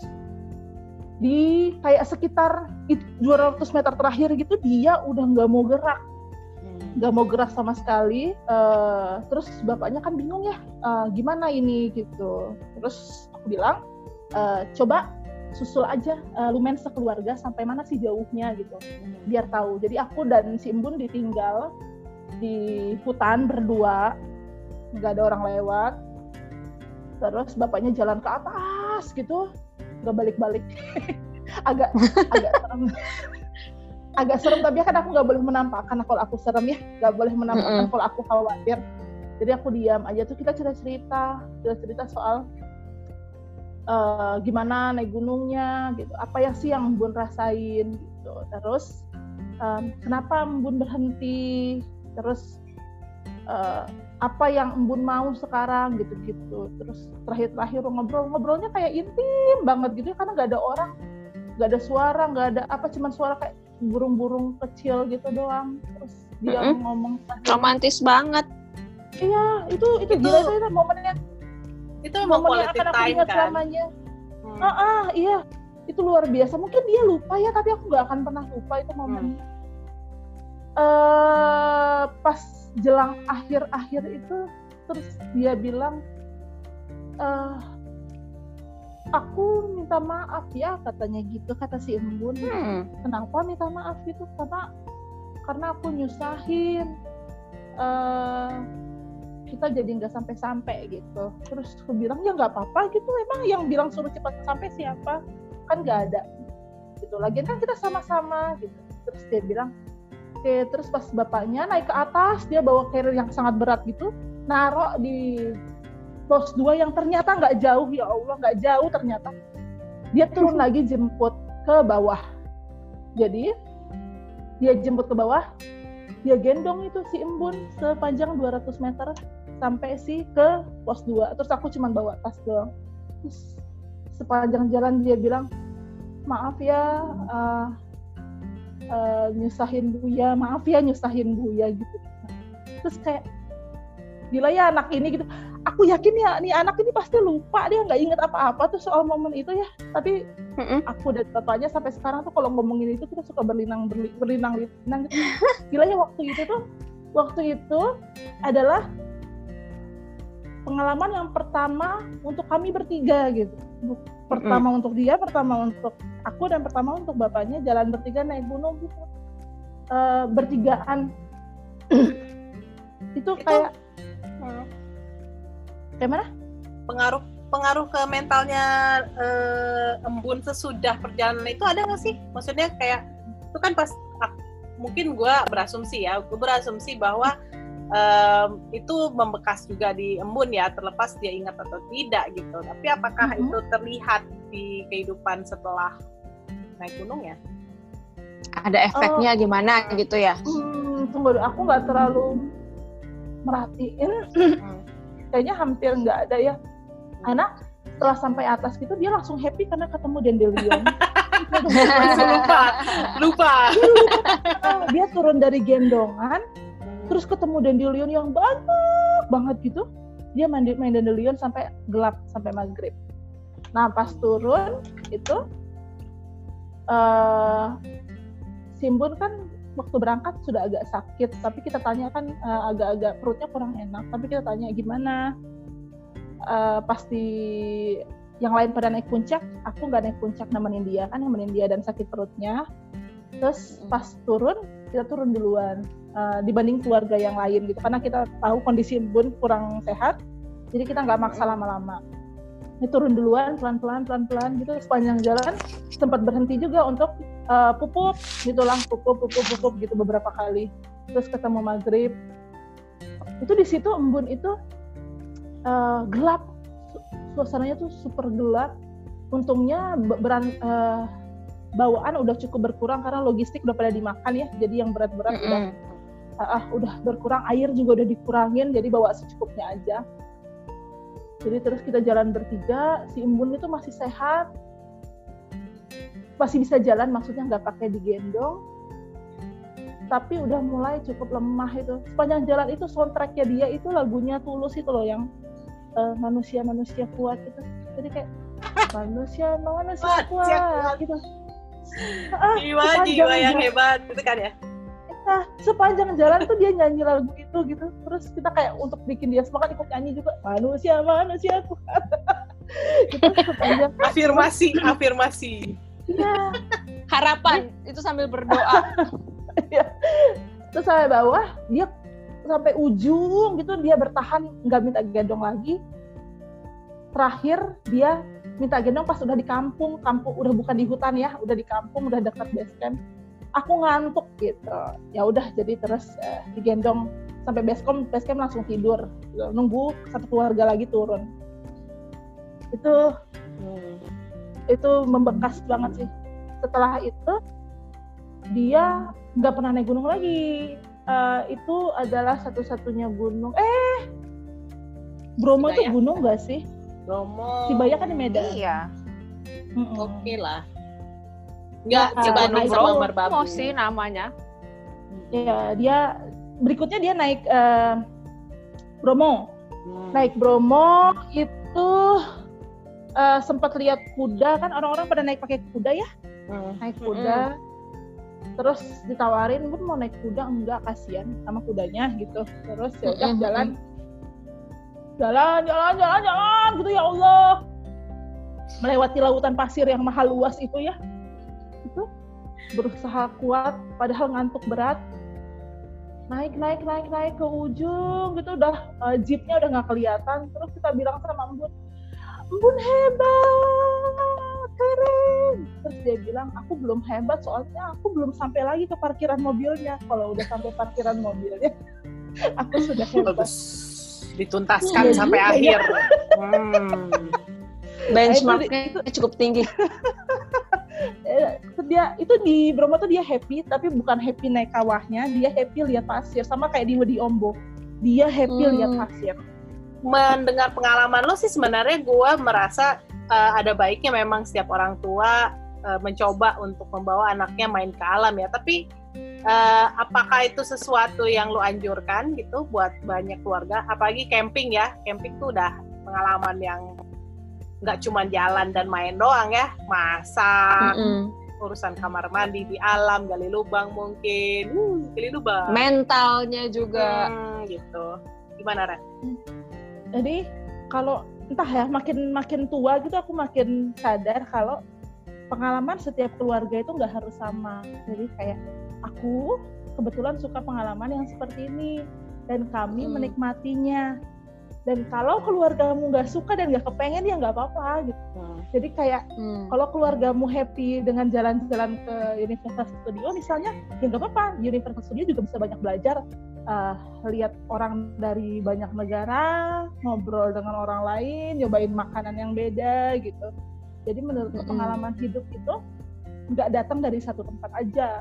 Speaker 3: Di kayak sekitar dua ratus meter terakhir gitu dia udah nggak mau gerak, nggak hmm. mau gerak sama sekali. Uh, terus bapaknya kan bingung ya, uh, gimana ini gitu. Terus aku bilang, uh, coba susul aja uh, Lumen sekeluarga sampai mana sih jauhnya gitu, hmm. biar tahu. Jadi aku dan si Embun ditinggal di hutan berdua. Nggak ada orang lewat, terus bapaknya jalan ke atas gitu, nggak balik-balik. agak agak serem, agak serem tapi kan aku nggak boleh menampakkan kalau aku serem ya, nggak boleh menampakkan mm-hmm. kalau aku khawatir. Jadi aku diam aja tuh, kita cerita-cerita, cerita-cerita soal uh, gimana naik gunungnya gitu, apa yang sih yang Bun rasain gitu. Terus um, kenapa Bun berhenti, terus uh, apa yang Embun mau sekarang gitu-gitu. Terus terakhir-terakhir ngobrol-ngobrolnya kayak intim banget gitu, karena nggak ada orang, nggak ada suara, nggak ada apa, cuman suara kayak burung-burung kecil gitu doang. Terus dia mm-hmm. ngomong
Speaker 2: romantis banget.
Speaker 3: Iya, itu itu, itu gila itu momennya.
Speaker 1: Itu momen yang akan aku ingat kan?
Speaker 3: Selamanya. Hmm. Ah, ah, iya, itu luar biasa. Mungkin dia lupa ya, tapi aku nggak akan pernah lupa itu momennya. Hmm. Uh, pas jelang akhir-akhir itu, terus dia bilang, uh, aku minta maaf ya, katanya gitu, kata si Embun. Hmm. Kenapa minta maaf gitu? Karena karena aku nyusahin, uh, kita jadi nggak sampai-sampai gitu. Terus aku bilang ya nggak apa-apa gitu, emang yang bilang suruh cepat sampai siapa, kan nggak ada gitu, lagian kan kita sama-sama gitu. Terus dia bilang oke. Terus pas bapaknya naik ke atas, dia bawa carrier yang sangat berat gitu, narok di pos dua yang ternyata nggak jauh, ya Allah nggak jauh ternyata. Dia turun lagi jemput ke bawah. Jadi dia jemput ke bawah, dia gendong itu si Embun sepanjang dua ratus meter sampai si ke pos dua. Terus aku cuma bawa tas doang. Terus sepanjang jalan dia bilang, maaf ya uh, uh, nyusahin Buya, maaf ya nyusahin Buya gitu. Terus kayak gila ya anak ini gitu. Aku yakin ya nih anak ini pasti lupa, dia nggak inget apa-apa tuh soal momen itu ya. Tapi mm-mm. aku dan bapaknya sampai sekarang tuh kalau ngomongin itu kita suka berlinang berlinang berlinang gitu. Gila ya waktu itu tuh, waktu itu adalah pengalaman yang pertama untuk kami bertiga gitu. Pertama mm-hmm. untuk dia, pertama untuk aku, dan pertama untuk bapaknya jalan bertiga naik gunung gitu. Uh, bertigaan. itu kayak hmm. kayak mana?
Speaker 1: Pengaruh pengaruh ke mentalnya uh, Embun sesudah perjalanan itu ada nggak sih? Maksudnya kayak itu kan pas aku, mungkin gue berasumsi ya, gue berasumsi bahwa um, itu membekas juga di Embun ya, terlepas dia ingat atau tidak gitu. Tapi apakah mm-hmm. itu terlihat di kehidupan setelah naik gunung ya?
Speaker 2: Ada efeknya oh. gimana gitu ya?
Speaker 3: Hmm, tunggu, aku nggak terlalu merhatiin. Hmm. Kayaknya hampir nggak ada ya. Karena setelah sampai atas gitu dia langsung happy karena ketemu Dandelion.
Speaker 1: lupa, lupa.
Speaker 3: Dia, lupa. Dia turun dari gendongan, terus ketemu Dandelion yang banyak banget gitu. Dia main, main Dandelion sampai gelap, sampai maghrib. Nah pas turun itu, uh, Simbun kan waktu berangkat sudah agak sakit, tapi kita tanya kan uh, agak-agak perutnya kurang enak, tapi kita tanya gimana. Uh, pasti yang lain pada naik puncak, aku nggak naik puncak nemenin dia kan, nemenin dia dan sakit perutnya. Terus pas turun, kita turun duluan uh, dibanding keluarga yang lain gitu, karena kita tahu kondisi Embun kurang sehat, jadi kita nggak maksa lama-lama. Ini turun duluan, pelan-pelan, pelan-pelan gitu. Sepanjang jalan sempat berhenti juga untuk uh, pupup gitulah, pupup, pupup, pupup gitu beberapa kali. Terus ketemu maghrib. Itu di situ Embun itu uh, gelap, suasananya tuh super gelap. Untungnya beran, uh, bawaan udah cukup berkurang karena logistik udah pada dimakan ya. Jadi yang berat-berat mm-hmm. udah uh, uh, udah berkurang, air juga udah dikurangin, jadi bawa secukupnya aja. Jadi terus kita jalan bertiga, si Embun itu masih sehat, masih bisa jalan, maksudnya nggak pakai digendong, tapi udah mulai cukup lemah itu. Sepanjang jalan itu soundtracknya dia itu lagunya Tulus itu loh, yang uh, manusia-manusia kuat itu. Jadi kayak manusia manusia kuat gitu.
Speaker 1: Jiwa-jiwa yang hebat itu kan ya.
Speaker 3: Nah, sepanjang jalan tuh dia nyanyi lagu itu gitu. Terus kita kayak untuk bikin dia semangat ikut nyanyi juga, manusia manusia kuat. Gitu sepanjang
Speaker 1: afirmasi afirmasi.
Speaker 2: Ya. Harapan itu sambil berdoa.
Speaker 3: Ya. Terus sampai bawah dia sampai ujung gitu dia bertahan nggak minta gendong lagi. Terakhir dia minta gendong pas udah di kampung, kampung udah bukan di hutan ya, udah di kampung, udah dekat base camp. Aku ngantuk gitu, ya udah jadi terus eh, digendong sampai base camp, base camp langsung tidur, nunggu satu keluarga lagi turun. Itu hmm. itu membekas banget sih. Setelah itu dia nggak pernah naik gunung lagi. Uh, itu adalah satu-satunya gunung. Eh, Bromo Sibaya. Itu gunung nggak sih?
Speaker 1: Bromo.
Speaker 3: Sibaya kan di Medan.
Speaker 2: Iya.
Speaker 1: Mm-mm. Oke lah. Enggak,
Speaker 3: nah,
Speaker 1: coba
Speaker 3: naik
Speaker 1: sama Merbabu.
Speaker 2: sih namanya.
Speaker 3: Ya, dia berikutnya dia naik uh, Bromo.
Speaker 1: Hmm.
Speaker 3: Naik Bromo itu uh, sempat lihat kuda kan, orang-orang pada naik pakai kuda ya. Hmm. Naik kuda. Hmm. Terus ditawarin, "Bun mau naik kuda?" Enggak, kasihan sama kudanya gitu. Terus ya udah hmm. jalan. Jalan, jalan, jalan, jalan gitu, ya Allah. Melewati lautan pasir yang mahal luas itu ya. Itu berusaha kuat padahal ngantuk berat, naik naik naik naik ke ujung gitu udah uh, jeepnya udah nggak kelihatan. Terus kita bilang sama Embun, Embun hebat, keren. Terus dia bilang, aku belum hebat soalnya aku belum sampai lagi ke parkiran mobilnya. Kalau udah sampai parkiran mobilnya, aku sudah hebat.
Speaker 1: Bagus. Dituntaskan sampai akhir. Hmm.
Speaker 2: Benchmarknya cukup tinggi.
Speaker 3: Dia itu di Bromo tuh dia happy, tapi bukan happy naik kawahnya, dia happy lihat pasir, sama kayak di Wedi Ombo, dia happy hmm. lihat pasir.
Speaker 1: Mendengar pengalaman lo sih sebenarnya gue merasa uh, ada baiknya memang setiap orang tua uh, mencoba untuk membawa anaknya main ke alam ya, tapi uh, apakah itu sesuatu yang lo anjurkan gitu buat banyak keluarga, apalagi camping ya, camping tuh udah pengalaman yang nggak cuma jalan dan main doang ya, masak, mm-hmm. urusan kamar mandi di alam, gali lubang mungkin, uh, gali lubang.
Speaker 2: Mentalnya juga,
Speaker 1: hmm, gitu. Gimana Ren?
Speaker 3: Jadi kalau entah ya, makin makin tua gitu aku makin sadar kalau pengalaman setiap keluarga itu nggak harus sama. Jadi kayak aku kebetulan suka pengalaman yang seperti ini dan kami hmm. menikmatinya. Dan kalau keluargamu nggak suka dan nggak kepengen ya nggak apa-apa gitu. Hmm. Jadi kayak hmm. kalau keluargamu happy dengan jalan-jalan ke Universal Studio misalnya, ya nggak apa-apa. Universal Studio juga bisa banyak belajar, uh, lihat orang dari banyak negara, ngobrol dengan orang lain, nyobain makanan yang beda gitu. Jadi menurut hmm. pengalaman hidup itu nggak datang dari satu tempat aja.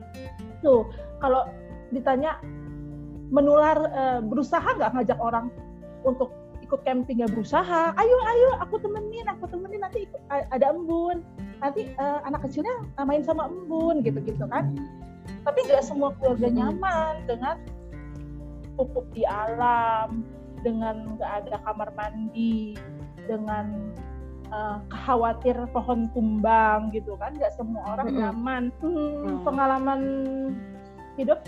Speaker 3: Tuh kalau ditanya menular, uh, berusaha nggak ngajak orang untuk ikut camping, ya berusaha, ayo ayo aku temenin, aku temenin nanti ikut, ada Embun, nanti uh, anak kecilnya main sama Embun gitu-gitu kan. Tapi nggak semua keluarga nyaman dengan pupuk di alam, dengan nggak ada kamar mandi, dengan uh, khawatir pohon tumbang gitu kan. Nggak semua orang mm-hmm. nyaman. Hmm, pengalaman hidup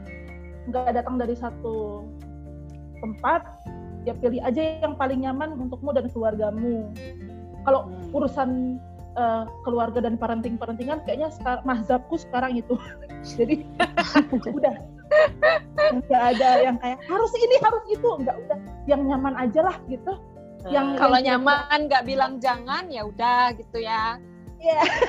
Speaker 3: nggak datang dari satu tempat. Ya pilih aja yang paling nyaman untukmu dan keluargamu. Kalau hmm. urusan uh, keluarga dan parenting-parentingan kayaknya sekar- mazhabku sekarang itu. Jadi udah nggak ada yang kayak harus ini harus itu, nggak, udah yang nyaman aja lah gitu.
Speaker 2: Hmm. Yang kalau yang nyaman nggak bilang jangan ya udah gitu ya.
Speaker 3: Iya. Yeah.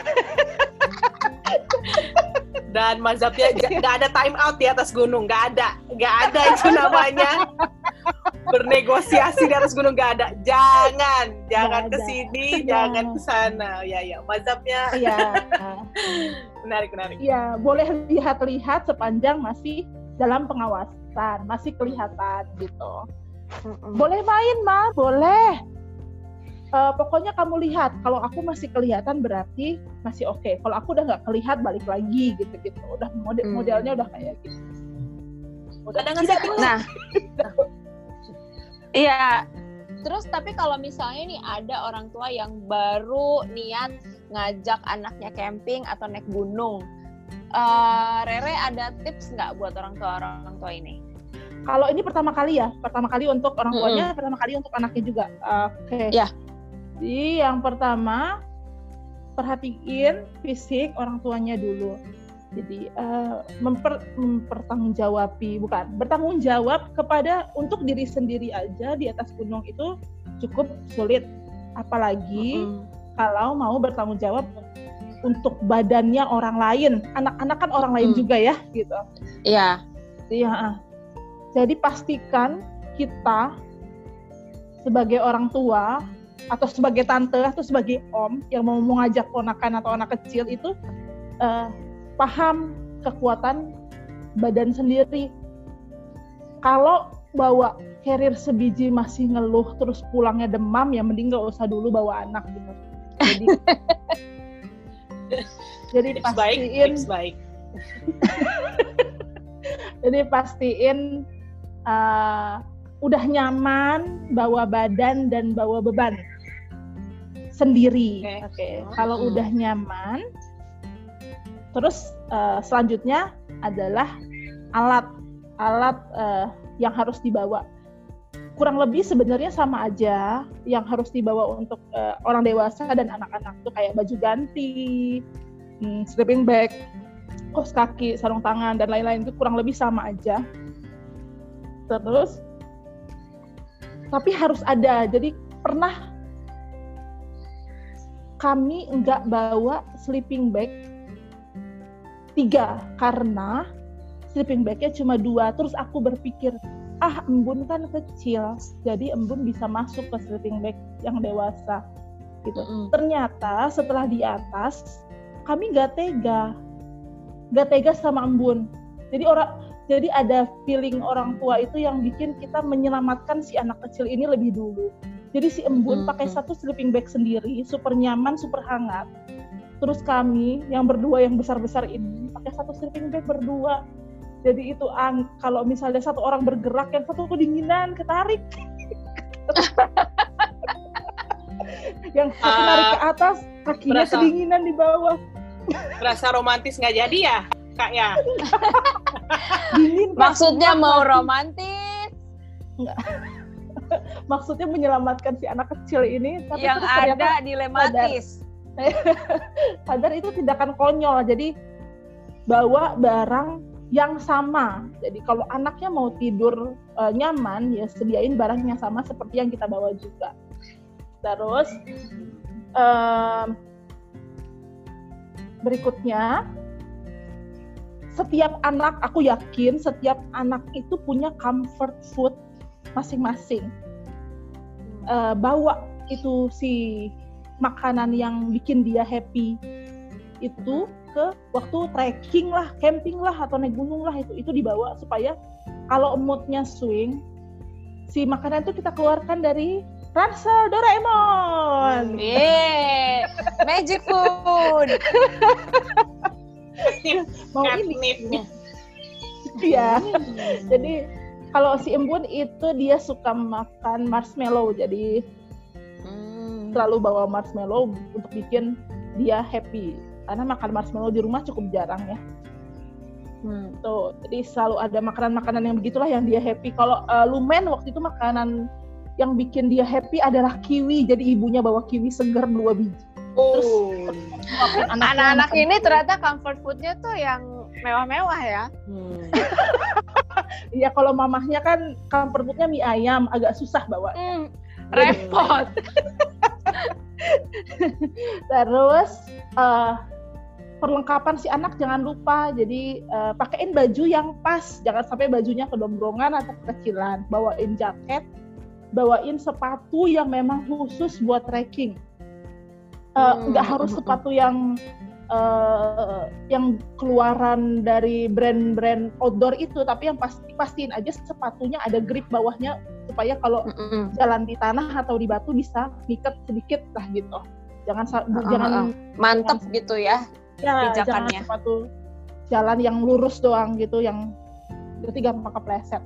Speaker 1: Dan mazhabnya nggak ada time out di atas gunung, nggak ada, nggak ada itu namanya. Bernegosiasi di atas gunung nggak ada. Jangan, jangan ke sini, jangan ke sana. Ya ya, mazhabnya.
Speaker 3: Iya.
Speaker 1: menarik, menarik.
Speaker 3: Iya, boleh lihat-lihat sepanjang masih dalam pengawasan, masih kelihatan gitu. Mm-mm. Boleh main, Ma, boleh. Uh, pokoknya kamu lihat, kalau aku masih kelihatan berarti masih oke. Okay. Kalau aku udah nggak kelihatan balik lagi gitu-gitu. Udah model mm. modelnya udah kayak gitu.
Speaker 1: Udah nggak sih?
Speaker 2: Nah. Iya, terus tapi kalau misalnya nih ada orang tua yang baru niat ngajak anaknya camping atau naik gunung, uh, Rere ada tips nggak buat orang tua orang tua ini?
Speaker 3: Kalau ini pertama kali ya, pertama kali untuk orang tuanya, mm-hmm. pertama kali untuk anaknya juga. Uh, Oke. Okay.
Speaker 2: Ya.
Speaker 3: Jadi yang pertama perhatiin fisik orang tuanya dulu. Jadi uh, memper, mempertanggungjawabi, bukan bertanggung jawab kepada untuk diri sendiri aja di atas gunung itu cukup sulit, apalagi mm-hmm. kalau mau bertanggung jawab untuk badannya orang lain, anak-anak kan orang lain mm. juga ya, gitu.
Speaker 2: Iya.
Speaker 3: Iya. Jadi pastikan kita sebagai orang tua atau sebagai tante atau sebagai om yang mau mengajak ponakan atau anak kecil itu uh, paham kekuatan badan sendiri. Kalau bawa carrier sebiji masih ngeluh terus pulangnya demam, ya mending gak usah dulu bawa anak gitu. Jadi, jadi
Speaker 1: tips
Speaker 3: pastiin.
Speaker 1: Baik, tips baik.
Speaker 3: Jadi pastiin uh, udah nyaman bawa badan dan bawa beban sendiri. Oke. Okay. Okay. Kalau hmm. udah nyaman. Terus uh, selanjutnya adalah alat-alat uh, yang harus dibawa. Kurang lebih sebenarnya sama aja yang harus dibawa untuk uh, orang dewasa dan anak-anak tuh kayak baju ganti, hmm, sleeping bag, kaos kaki, sarung tangan dan lain-lain itu kurang lebih sama aja. Terus tapi harus ada. Jadi pernah kami nggak bawa sleeping bag tiga karena sleeping bagnya cuma dua. Terus aku berpikir, ah embun kan kecil, jadi embun bisa masuk ke sleeping bag yang dewasa gitu. Mm. Ternyata setelah di atas kami nggak tega, nggak tega sama embun. Jadi orang, jadi ada feeling orang tua itu yang bikin kita menyelamatkan si anak kecil ini lebih dulu. Jadi si embun mm. pakai satu sleeping bag sendiri, super nyaman, super hangat. Terus kami yang berdua yang besar-besar ini pakai satu sleeping bag berdua. Jadi itu ang kalau misalnya satu orang bergerak, yang satu kedinginan, ketarik. Yang satu narik ke atas, kakinya
Speaker 1: berasa,
Speaker 3: kedinginan di bawah.
Speaker 1: Berasa romantis nggak jadi ya, Kak ya?
Speaker 3: Dingin.
Speaker 2: Maksudnya mau romantis?
Speaker 3: Enggak. Maksudnya menyelamatkan si anak kecil ini, tapi
Speaker 2: yang ada dilematis.
Speaker 3: Sadar, sadar itu tindakan konyol. Jadi bawa barang yang sama. Jadi kalau anaknya mau tidur uh, nyaman, ya sediain barang yang sama seperti yang kita bawa juga. Terus uh, berikutnya, setiap anak, aku yakin setiap anak itu punya comfort food masing-masing. Uh, bawa itu si makanan yang bikin dia happy itu ke waktu trekking lah, camping lah, atau naik gunung lah, itu itu dibawa supaya kalau moodnya swing, si makanan itu kita keluarkan dari ransel Doraemon.
Speaker 2: Yeah, magic food.
Speaker 3: Mau ini. Iya. Jadi kalau si embun itu dia suka makan marshmallow, jadi hmm. selalu bawa marshmallow untuk bikin dia happy. Karena makan marshmallow di rumah cukup jarang ya. Hmm. Tuh, jadi selalu ada makanan-makanan yang begitulah yang dia happy. Kalau uh, Lumen waktu itu makanan yang bikin dia happy adalah kiwi. Jadi ibunya bawa kiwi segar dua biji.
Speaker 2: Oh.
Speaker 3: Terus
Speaker 2: anak-anak ini ternyata comfort foodnya tuh yang mewah-mewah ya.
Speaker 3: Iya, hmm. kalau mamahnya kan comfort foodnya mie ayam, agak susah bawa. Hmm.
Speaker 2: Repot.
Speaker 3: Terus uh, perlengkapan si anak jangan lupa, jadi uh, pakaiin baju yang pas, jangan sampai bajunya kedombrongan atau kekecilan. Bawain jaket, bawain sepatu yang memang khusus buat trekking. Uh, nggak hmm. harus sepatu yang uh, yang keluaran dari brand-brand outdoor itu, tapi yang pasti pastiin aja sepatunya ada grip bawahnya supaya kalau mm-mm. jalan di tanah atau di batu bisa ngiket sedikit lah gitu. Jangan uh, jangan
Speaker 2: uh, mantep jangan, gitu ya.
Speaker 3: Ya, jangan sepatu jalan yang lurus doang gitu, yang jadi gampang kepleset.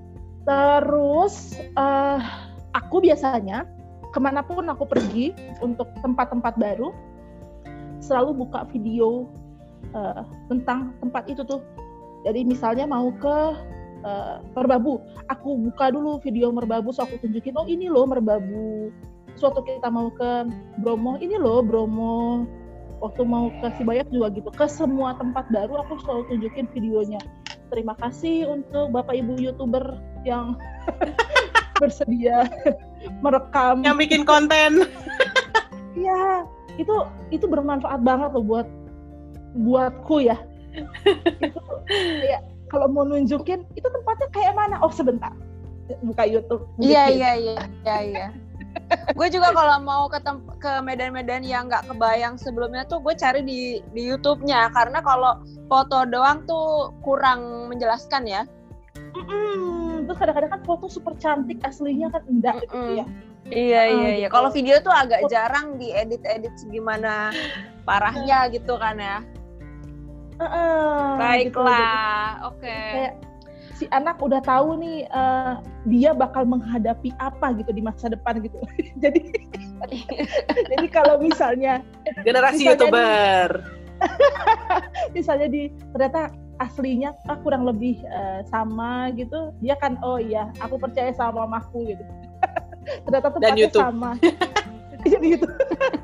Speaker 3: Terus uh, aku biasanya kemanapun aku pergi untuk tempat-tempat baru selalu buka video uh, tentang tempat itu tuh. Jadi misalnya mau ke uh, Merbabu, aku buka dulu video Merbabu, so aku tunjukin, oh ini loh Merbabu. Suatu kita mau ke Bromo, ini loh Bromo. Waktu mau ke Sibayak juga gitu. Ke semua tempat baru aku selalu tunjukin videonya. Terima kasih untuk Bapak Ibu YouTuber yang bersedia merekam.
Speaker 1: Yang bikin konten.
Speaker 3: Iya, itu itu bermanfaat banget loh buat buatku ya. Itu kayak kalau mau nunjukin itu tempatnya kayak mana? Oh sebentar, buka YouTube.
Speaker 2: Iya iya iya iya. iya. Gue juga kalau mau ke tem- ke medan-medan yang nggak kebayang sebelumnya tuh gue cari di di YouTube-nya, karena kalau foto doang tuh kurang menjelaskan ya.
Speaker 3: Mm-mm. Terus kadang-kadang kan foto super cantik, aslinya kan enggak gitu ya.
Speaker 2: Iya iya iya. Kalau video tuh agak jarang diedit-edit segimana parahnya gitu kan ya.
Speaker 3: Uh-uh,
Speaker 2: Baiklah, gitu. Oke. Okay.
Speaker 3: Kayak si anak udah tahu nih uh, dia bakal menghadapi apa gitu di masa depan gitu. jadi jadi kalau misalnya
Speaker 1: generasi misalnya YouTuber
Speaker 3: di, misalnya di ternyata aslinya ah, kurang lebih uh, sama gitu, dia kan oh iya aku percaya sama mamaku gitu. Ternyata tempatnya sama. Jadi gitu.